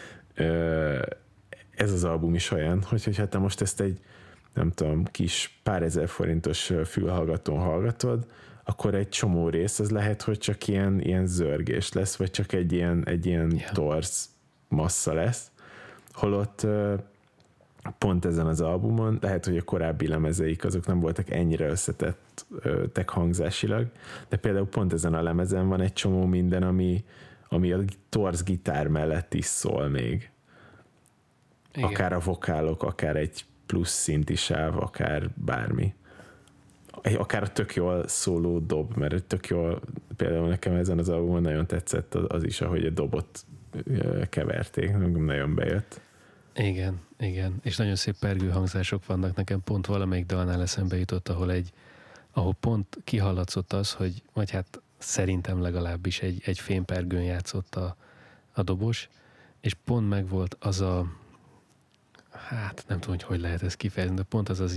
ez az album is olyan, hogy hát te most ezt egy nem tudom, kis pár ezer forintos fülhallgatón hallgatod, akkor egy csomó rész az lehet, hogy csak ilyen zörgés lesz, vagy csak egy ilyen torz massza lesz. Holott pont ezen az albumon, lehet, hogy a korábbi lemezeik azok nem voltak ennyire összetettek hangzásilag, de például pont ezen a lemezen van egy csomó minden, ami a torz gitár mellett is szól még. Igen. Akár a vokálok, akár egy plusz szinti sáv, akár bármi. Akár a tök jól szóló dob, mert tök jól, például nekem ezen az albumon nagyon tetszett az is, ahogy a dobot keverték, nagyon bejött. Igen, igen. És nagyon szép pergő hangzások vannak. Nekem pont valamelyik dalnál eszembe jutott, ahol pont kihallatszott az, hogy, vagy hát szerintem legalábbis egy fémpergőn játszott a dobos, és pont megvolt az hát nem tudom, hogy lehet ezt kifejezni, de pont az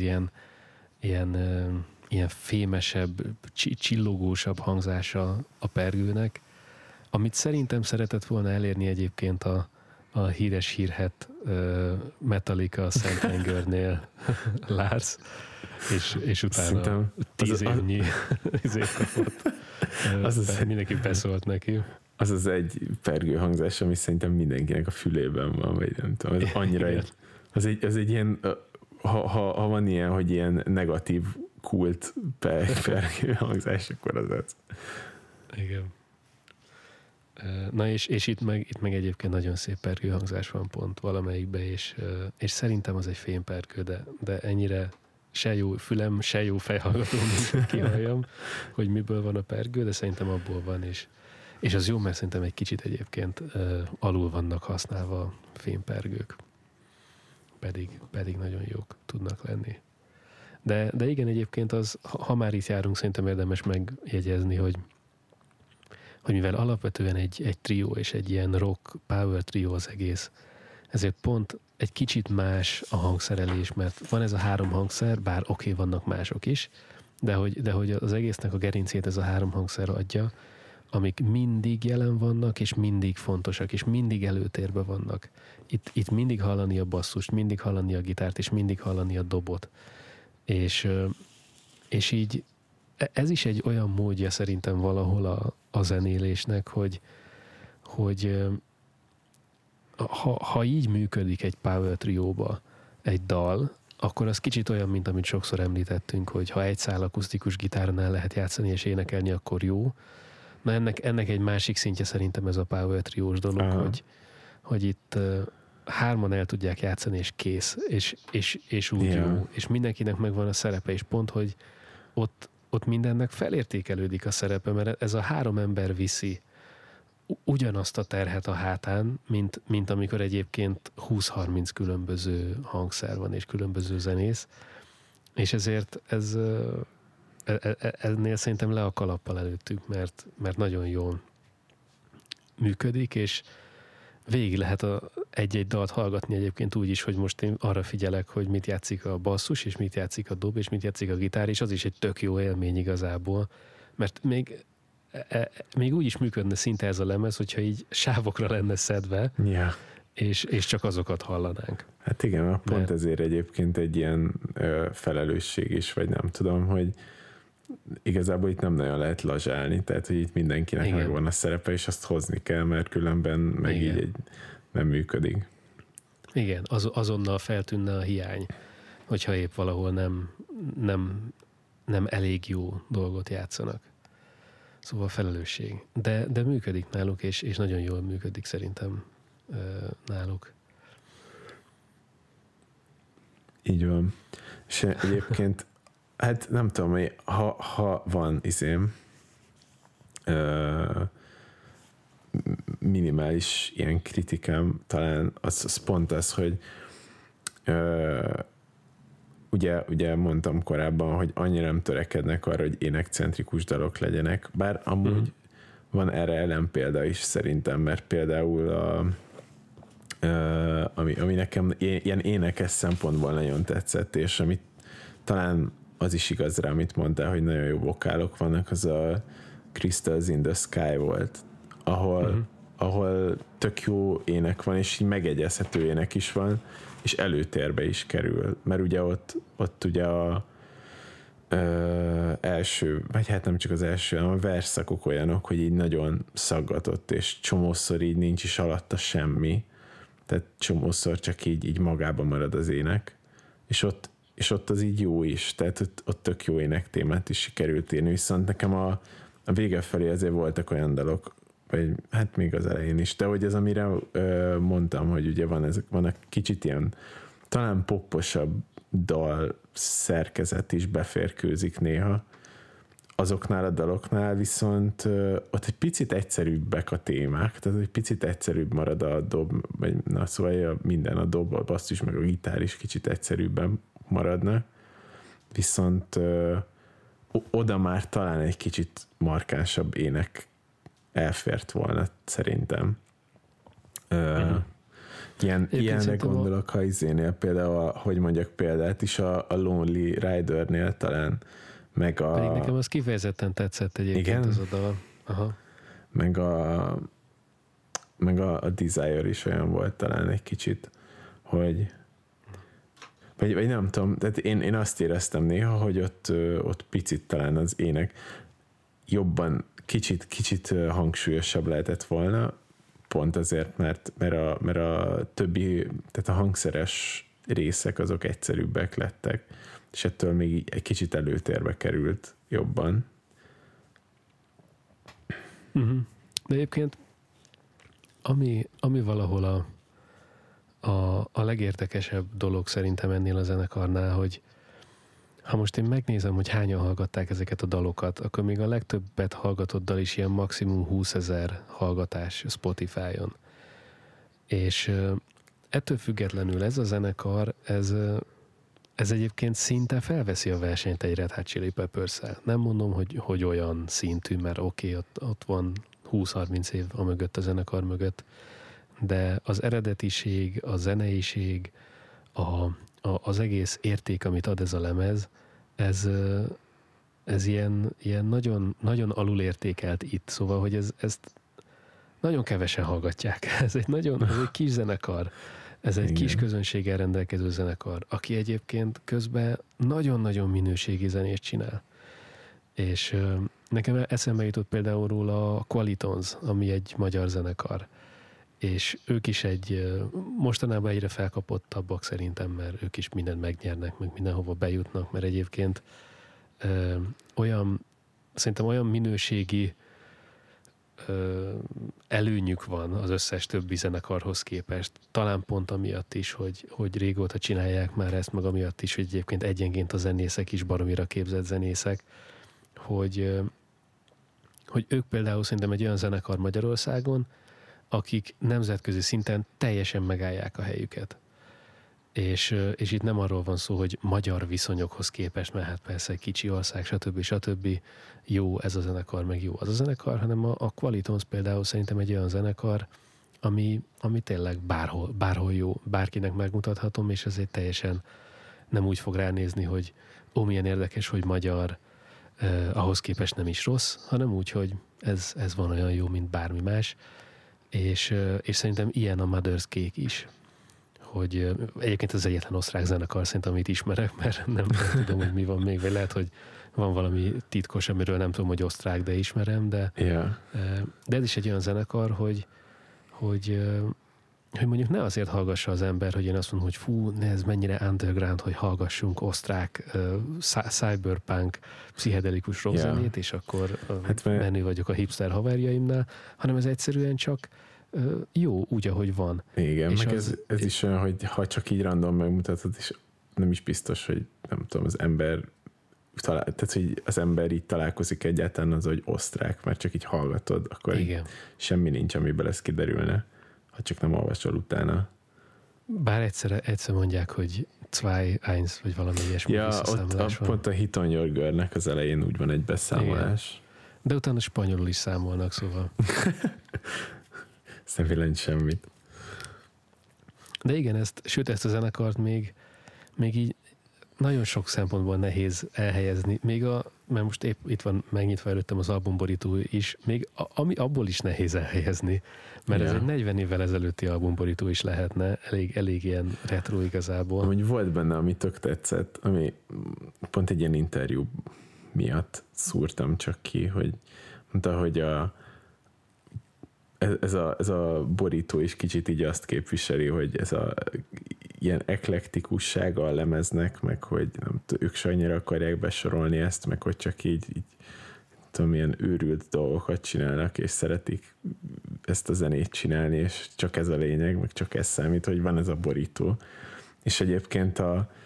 ilyen fémesebb, csillogósabb hangzása a pergőnek, amit szerintem szeretett volna elérni egyébként a híres hírhet Metallica Szent Angernél Lars, és utána Szerintem 10 évnyi izét kapott. Mindenki beszólt neki. Az egy pergő hangzás, ami szerintem mindenkinek a fülében van, vagy nem tudom, ez annyira az egy ilyen, ha van ilyen, hogy ilyen negatív kult pergő hangzás, akkor az az. Igen. Na és itt meg egyébként nagyon szép pergő hangzás van pont valamelyikben, és szerintem az egy fémpergő, de ennyire se jó fülem, se jó fejhallgató, mint kihalljam, hogy miből van a pergő, de szerintem abból van, és az jó, mert szerintem egy kicsit egyébként alul vannak használva a fémpergők. Pedig nagyon jók tudnak lenni. De igen, egyébként az, ha már itt járunk, szerintem érdemes megjegyezni, hogy mivel alapvetően egy trió és egy ilyen rock power trió az egész, ezért pont egy kicsit más a hangszerelés, mert van ez a 3 hangszer, bár oké, vannak mások is, de hogy az egésznek a gerincét ez a 3 hangszer adja, amik mindig jelen vannak, és mindig fontosak, és mindig előtérben vannak. Itt mindig hallani a basszust, mindig hallani a gitárt, és mindig hallani a dobot. És így ez is egy olyan módja szerintem valahol a zenélésnek, hogy ha így működik egy power trióba egy dal, akkor az kicsit olyan, mint amit sokszor említettünk, hogy ha egy szál akusztikus gitáron el lehet játszani és énekelni, akkor jó. Na ennek egy másik szintje szerintem ez a power triós dolog, hogy itt 3 el tudják játszani, és kész, és úgy jó. És mindenkinek megvan a szerepe, és pont, hogy ott mindennek felértékelődik a szerepe, mert ez a 3 ember viszi ugyanazt a terhet a hátán, mint amikor egyébként 20-30 különböző hangszer van, és különböző zenész, és ezért ennél szerintem le a kalappal előttük, mert nagyon jól működik, és végig lehet egy-egy dalt hallgatni egyébként úgy is, hogy most én arra figyelek, hogy mit játszik a basszus, és mit játszik a dob, és mit játszik a gitár, és az is egy tök jó élmény igazából, mert még úgy is működne szinte ez a lemez, hogyha így sávokra lenne szedve, és csak azokat hallanánk. Hát igen, pont ezért egyébként egy ilyen felelősség is, vagy nem tudom, hogy igazából itt nem nagyon lehet lazsálni, tehát hogy itt mindenkinek megvan a szerepe, és azt hozni kell, mert különben meg így nem működik. Igen, azonnal feltűnne a hiány, hogyha épp valahol nem elég jó dolgot játszanak. Szóval felelősség. De működik náluk, és nagyon jól működik szerintem náluk. Így van. És egyébként hát nem tudom, hogy ha van minimális ilyen kritikám, talán az pont az, hogy ugye mondtam korábban, hogy annyira nem törekednek arra, hogy énekcentrikus dalok legyenek, bár amúgy van erre ellenpélda is szerintem, mert például ami nekem ilyen énekes szempontból nagyon tetszett, és amit talán az is igaz rá, amit mondtál, hogy nagyon jó vokálok vannak, az a Crystals in the Sky volt, ahol tök jó ének van, és így megegyezhető ének is van, és előtérbe is kerül, mert ugye ott ugye a első, vagy hát nem csak az első, hanem a versszakok olyanok, hogy így nagyon szaggatott, és csomószor így nincs is alatta semmi, tehát csomószor csak így magában marad az ének, és ott az így jó is, tehát ott tök jó énektémát is sikerült írni, viszont nekem a vége felé azért voltak olyan dalok, vagy hát még az elején is, de hogy ez amire mondtam, hogy ugye van egy kicsit ilyen talán popposabb dal szerkezet is beférkőzik néha, azoknál a daloknál viszont ott egy picit egyszerűbbek a témák, tehát egy picit egyszerűbb marad a dob, vagy na szóval minden a dob, a basszus meg a gitár is kicsit egyszerűbben maradna, viszont oda már talán egy kicsit markánsabb ének elfért volna szerintem. Ilyenre gondolok, ha izénél például, hogy mondjak példát is, a Lonely Rider-nél talán, meg a... Pedig nekem az kifejezetten tetszett egyébként. Igen? Az a dal. Aha. Meg a Desire is olyan volt talán egy kicsit, hogy vagy nem tudom, tehát én azt éreztem néha, hogy ott picit talán az ének jobban, kicsit hangsúlyosabb lehetett volna, pont azért, mert a többi, tehát a hangszeres részek azok egyszerűbbek lettek, és ettől még egy kicsit előtérbe került jobban. Uh-huh. De egyébként ami valahol a legérdekesebb dolog szerintem ennél a zenekarnál, hogy ha most én megnézem, hogy hányan hallgatták ezeket a dalokat, akkor még a legtöbbet hallgatott dal is ilyen maximum 20 000 hallgatás Spotify-on. És ettől függetlenül ez a zenekar, ez egyébként szinte felveszi a versenyt egy Red Hot Chili Peppers-szel. Nem mondom, hogy olyan szintű, mert oké, ott van 20-30 év a mögött, a zenekar mögött, de az eredetiség, a zeneiség, az egész érték, amit ad ez a lemez, ez ilyen nagyon, nagyon alulértékelt itt, szóval, hogy ezt nagyon kevesen hallgatják. Ez egy kis zenekar, ez egy kis közönséggel rendelkező zenekar, aki egyébként közben nagyon-nagyon minőségi zenét csinál. És nekem eszembe jutott például róla a Qualitons, ami egy magyar zenekar. És ők is mostanában egyre felkapottabbak szerintem, mert ők is mindent megnyernek, meg mindenhova bejutnak, mert egyébként szerintem olyan minőségi előnyük van az összes többi zenekarhoz képest. Talán pont amiatt is, hogy régóta csinálják már ezt, meg amiatt is, hogy egyébként egyenként a zenészek is baromira képzett zenészek, hogy ők például szerintem egy olyan zenekar Magyarországon, akik nemzetközi szinten teljesen megállják a helyüket. És itt nem arról van szó, hogy magyar viszonyokhoz képest, mert hát persze egy kicsi ország, stb. Jó ez a zenekar, meg jó az a zenekar, hanem a Qualitons például szerintem egy olyan zenekar, ami tényleg bárhol jó, bárkinek megmutathatom, és ezért teljesen nem úgy fog ránézni, hogy milyen érdekes, hogy magyar, ahhoz képest nem is rossz, hanem úgy, hogy ez van olyan jó, mint bármi más. És szerintem ilyen a Mother's Cake is, hogy egyébként az egyetlen osztrák zenekar szerintem, amit ismerek, mert nem tudom, hogy mi van még, vagy lehet, hogy van valami titkos, amiről nem tudom, hogy osztrák, de ismerem, de ez is egy olyan zenekar, hogy mondjuk ne azért hallgassa az ember, hogy én azt mondom, hogy fú, ez mennyire underground, hogy hallgassunk osztrák cyberpunk pszichedelikus rockzenét, és akkor menő vagyok a hipster haverjaimnál, hanem ez egyszerűen csak jó, úgy, ahogy van. Igen, és meg ez is olyan, hogy ha csak így random megmutatod, és nem is biztos, hogy nem tudom, az ember tehát, hogy az ember így találkozik egyáltalán az, hogy osztrák, mert csak így hallgatod, akkor semmi nincs, amiből ez kiderülne, ha csak nem olvasol utána. Bár egyszer mondják, hogy 2-1, vagy valami ilyesmi visszaszámolás van. Pont a Hit on Your Girl-nek az elején úgy van egy beszámolás. Igen. De utána spanyolul is számolnak, szóval. Ez nem jelent semmit. De igen, ezt a zenekart még így nagyon sok szempontból nehéz elhelyezni. Mert most épp itt van megnyitva előttem az albumborító is, még ami abból is nehéz elhelyezni, mert ez egy 40 évvel ezelőtti albumborító is lehetne, elég ilyen retro igazából. Amúgy volt benne, ami tök tetszett, ami pont egy ilyen interjú miatt szúrtam csak ki, hogy mondta, hogy ez a borító is kicsit így azt képviseli, hogy ez a ilyen eklektikussága a lemeznek, meg hogy nem, ők se annyira akarják besorolni ezt, meg hogy csak így tudom, milyen őrült dolgokat csinálnak, és szeretik ezt a zenét csinálni, és csak ez a lényeg, meg csak ez számít, hogy van ez a borító. És egyébként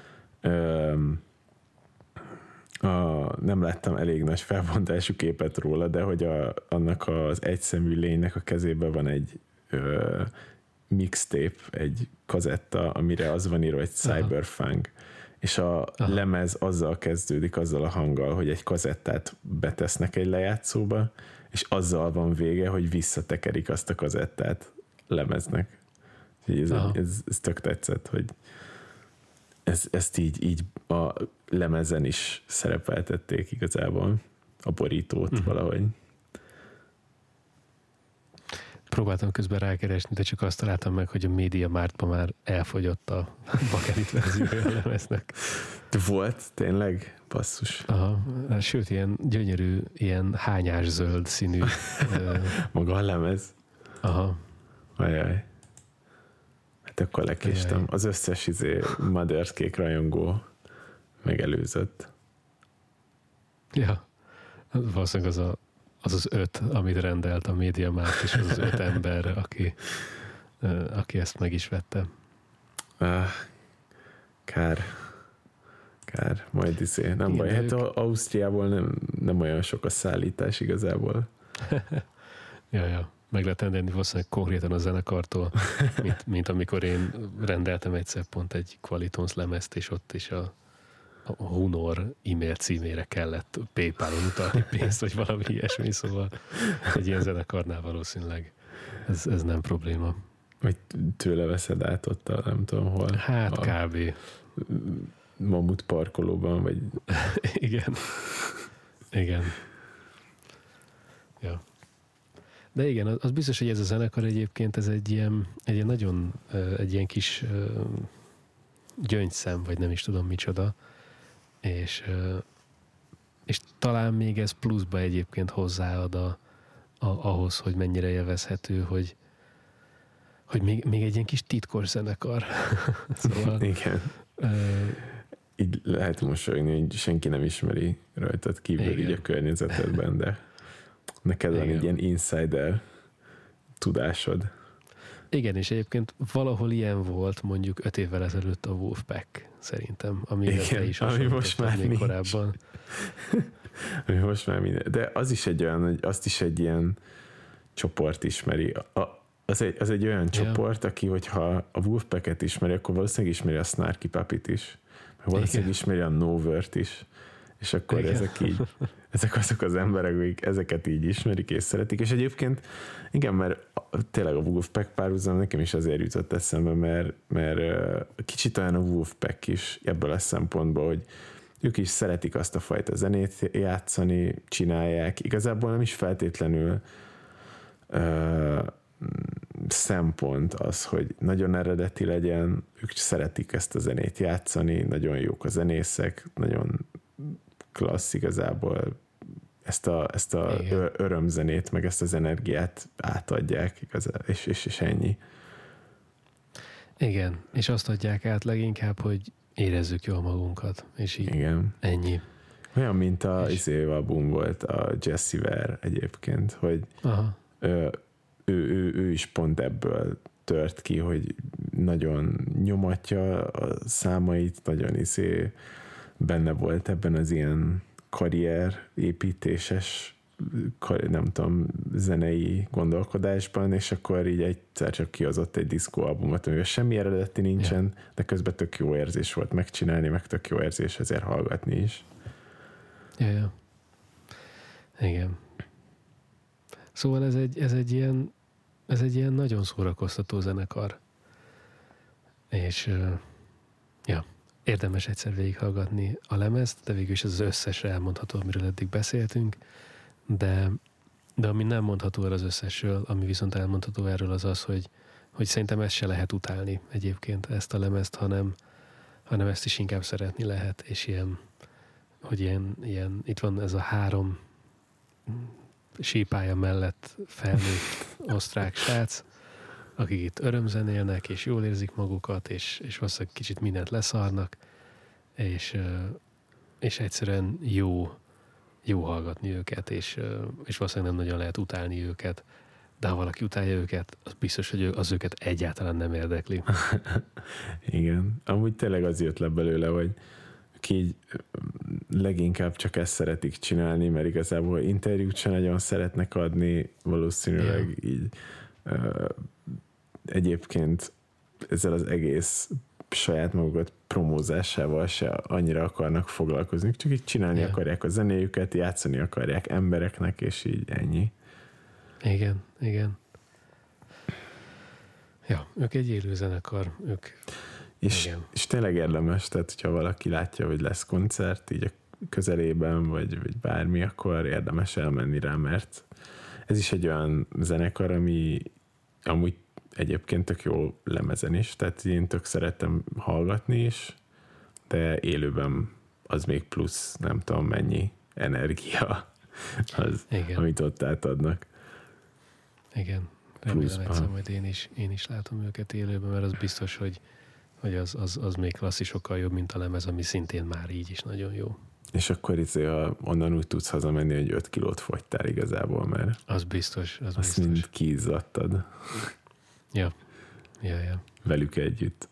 nem láttam elég nagy felbontású képet róla, de hogy annak az egyszemű lénynek a kezében van egy mixtape, egy kazetta, amire az van írva, hogy Cyberpunk, és a lemez azzal kezdődik, azzal a hanggal, hogy egy kazettát betesznek egy lejátszóba, és azzal van vége, hogy visszatekerik azt a kazettát lemeznek. Ez tök tetszett, hogy ezt így a lemezen is szerepeltették igazából, a borítót valahogy. Próbáltam közben rákeresni, de csak azt találtam meg, hogy a Media Marktban már elfogyott a bakelit verziója a lemeznek. De volt? Tényleg? Basszus. Aha, sőt, ilyen gyönyörű, ilyen hányás zöld színű. Maga a lemez? Aha. Ajaj. Hát akkor lekéstem. Az összes Mother's Cake rajongó megelőzött. Ja, valószínűleg az 5, amit rendelt a Media Markt, és az 5 ember, aki ezt meg is vette. Kár. Majd nem baj. Hát Ausztriából nem olyan sok a szállítás igazából. Ja. Meg lehet rendelni valószínűleg konkrétan a zenekartól, mint amikor én rendeltem egyszer pont egy Qualitons lemezt, és ott is a Hunor e-mail címére kellett PayPal-on utalni pénzt, vagy valami ilyesmi, szóval egy ilyen zenekarnál valószínűleg ez nem probléma. Vagy tőle veszed át ott nem tudom hol. Hát kb. Mamut parkolóban, vagy... Igen. Ja. De igen, az biztos, hogy ez a zenekar egyébként, ez egy ilyen nagyon, egy ilyen kis gyöngyszem, vagy nem is tudom micsoda, és talán még ez pluszba egyébként hozzáad ahhoz, hogy mennyire élvezhető, hogy még egy ilyen kis titkos zenekar. Szóval, igen. Így lehet mosolyogni, hogy senki nem ismeri rajtad kívül így a környezetedben, de neked van egy ilyen insider tudásod. Igen, és egyébként valahol ilyen volt mondjuk 5 évvel ezelőtt a Wolfpack, szerintem, amire te is ami most már még korábban. Ami most már minden. De az is egy olyan, hogy azt is egy ilyen csoport ismeri. Az egy olyan csoport, aki, hogyha a Wolfpacket ismeri, akkor valószínűleg ismeri a Snarky Puppyt is. Valószínűleg ismeri a Novert is. És akkor ezek azok az emberek, akik ezeket így ismerik és szeretik. És egyébként igen, mert tényleg a Wolfpack párhuzam nekem is azért jutott eszembe, mert kicsit olyan a Wolfpack is ebből a szempontból, hogy ők is szeretik azt a fajta zenét játszani, csinálják. Igazából nem is feltétlenül szempont az, hogy nagyon eredeti legyen, ők szeretik ezt a zenét játszani, nagyon jók a zenészek, nagyon klassz igazából ezt a örömzenét, meg ezt az energiát átadják és ennyi. Igen, és azt adják át leginkább, hogy érezzük jól magunkat, és így igen. Ennyi. Olyan, mint az album volt a Jessie Ware egyébként, hogy ő is pont ebből tört ki, hogy nagyon nyomatja a számait, nagyon benne volt ebben az ilyen karrierépítéses, nem tudom, zenei gondolkodásban, és akkor így egyszer csak kihozott egy diszkóalbumot, amivel semmi eredeti nincsen, de közben tök jó érzés volt megcsinálni, meg tök jó érzés ezért hallgatni is. Ja. Igen. Szóval ez egy ilyen nagyon szórakoztató zenekar. És érdemes egyszer végighallgatni a lemezt, de végül is az összesre elmondható, amiről eddig beszéltünk, de ami nem mondható el az összesről, ami viszont elmondható erről az, hogy szerintem ezt se lehet utálni egyébként, ezt a lemezt, hanem ezt is inkább szeretni lehet, és ilyen itt van ez a 3 sípálya mellett felnőtt osztrák srác, akik itt örömzenélnek, és jól érzik magukat, és valószínűleg kicsit mindent leszarnak, és egyszerűen jó jó hallgatni őket, és valószínűleg nem nagyon lehet utálni őket, de ha valaki utálja őket, az biztos, hogy az őket egyáltalán nem érdekli. Igen. Amúgy tényleg az jött le belőle, hogy így leginkább csak ezt szeretik csinálni, mert igazából interjút sem nagyon szeretnek adni, valószínűleg így egyébként ezzel az egész saját magukat promózásával se annyira akarnak foglalkozni, csak így csinálni akarják a zenéjüket, játszani akarják embereknek, és így ennyi. Igen. Ja, ők egy élő zenekar, ők... És tényleg érdemes, tehát hogyha valaki látja, hogy lesz koncert így a közelében, vagy bármi, akkor érdemes elmenni rá, mert ez is egy olyan zenekar, ami amúgy egyébként tök jó lemezen is, tehát én tök szeretem hallgatni is, de élőben az még plusz, nem tudom mennyi energia az, amit ott átadnak. Igen, remélem egyszer majd én is látom őket élőben, mert az biztos, hogy az még klasszisokkal jobb, mint a lemez, ami szintén már így is nagyon jó. És akkor onnan úgy tudsz hazamenni, hogy 5 kilót fogytál igazából, mert az biztos. Azt mind kiizzadtad. Ja. Velük együtt.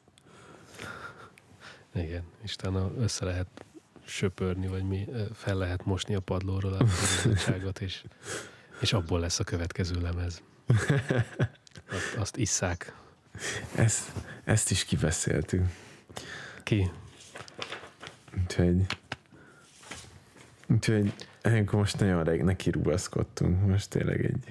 Igen, és utána össze lehet söpörni, vagy fel lehet mosni a padlóról a bizottságot, és abból lesz a következő lemez. Azt isszák. Ezt is kibeszéltük. Ki? Úgyhogy most nagyon neki rugaszkodtunk. Most tényleg egy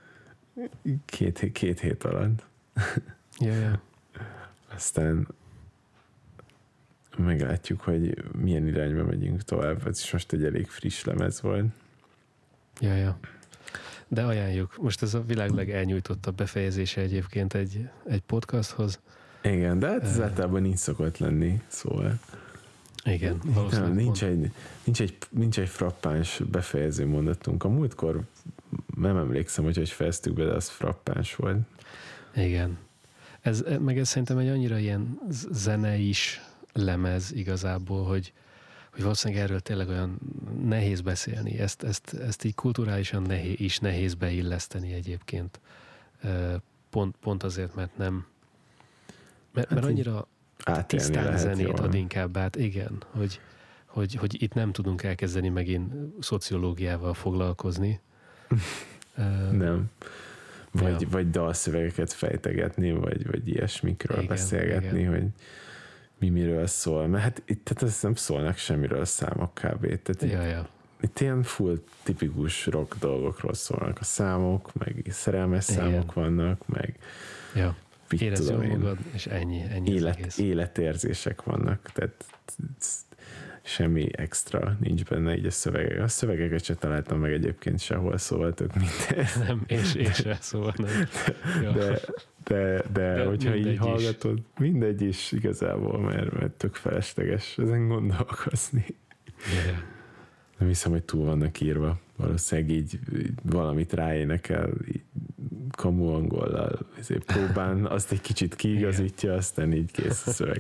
két hét alatt. Ja. Aztán meglátjuk, hogy milyen irányba megyünk tovább. Ez is most egy elég friss lemez volt. Ja. De ajánljuk. Most ez a világ legelnyújtottabb befejezése egyébként egy podcasthoz. Igen, de hát ez általában nincs szokott lenni, szóval. Igen, valószínűleg nincs egy frappáns befejező mondatunk. A múltkor nem emlékszem, hogy fejeztük be, de az frappáns volt. Igen. Ez szerintem egy annyira ilyen zeneis lemez igazából, hogy valószínűleg erről tényleg olyan nehéz beszélni. Ezt így kulturálisan nehéz beilleszteni egyébként. Pont azért, mert nem... Mert annyira tisztán zenét ad inkább át. Igen, hogy itt nem tudunk elkezdeni megint szociológiával foglalkozni. Nem. Vagy dalszövegeket fejtegetni, vagy ilyesmikről beszélgetni, hogy miről szól. Mert hát itt tehát nem szólnak semmiről számok kb. Tehát itt ilyen full tipikus rock dolgokról szólnak a számok, meg szerelmes számok vannak, meg érezd jól magad, és ennyi életérzések vannak, tehát semmi extra nincs benne így a szövegek. A szövegeket se találtam meg egyébként sehol, szóval tök minden. Nem, és se, szóval nem. Ja. De hogyha így hallgatod, mindegy is igazából, mert tök felesleges ezen gondolkozni. Yeah. Nem hiszem, hogy túl vannak írva. Valószínűleg így valamit ráénekel, kamu angollal próbán, azt egy kicsit kiigazítja, aztán így kész a szöveg.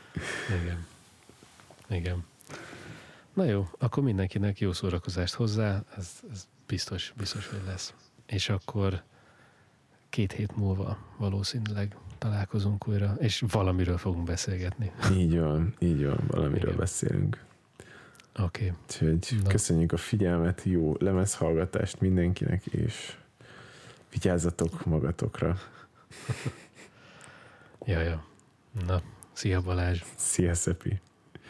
Igen. Na jó, akkor mindenkinek jó szórakozást hozzá, ez biztos, hogy lesz. És akkor 2 hét múlva valószínűleg találkozunk újra, és valamiről fogunk beszélgetni. Így van, valamiről beszélünk. Oké. Úgyhogy köszönjük a figyelmet, jó lemezhallgatást mindenkinek, és vigyázzatok magatokra. Ja. Na, szia Balázs. Szia Szepi.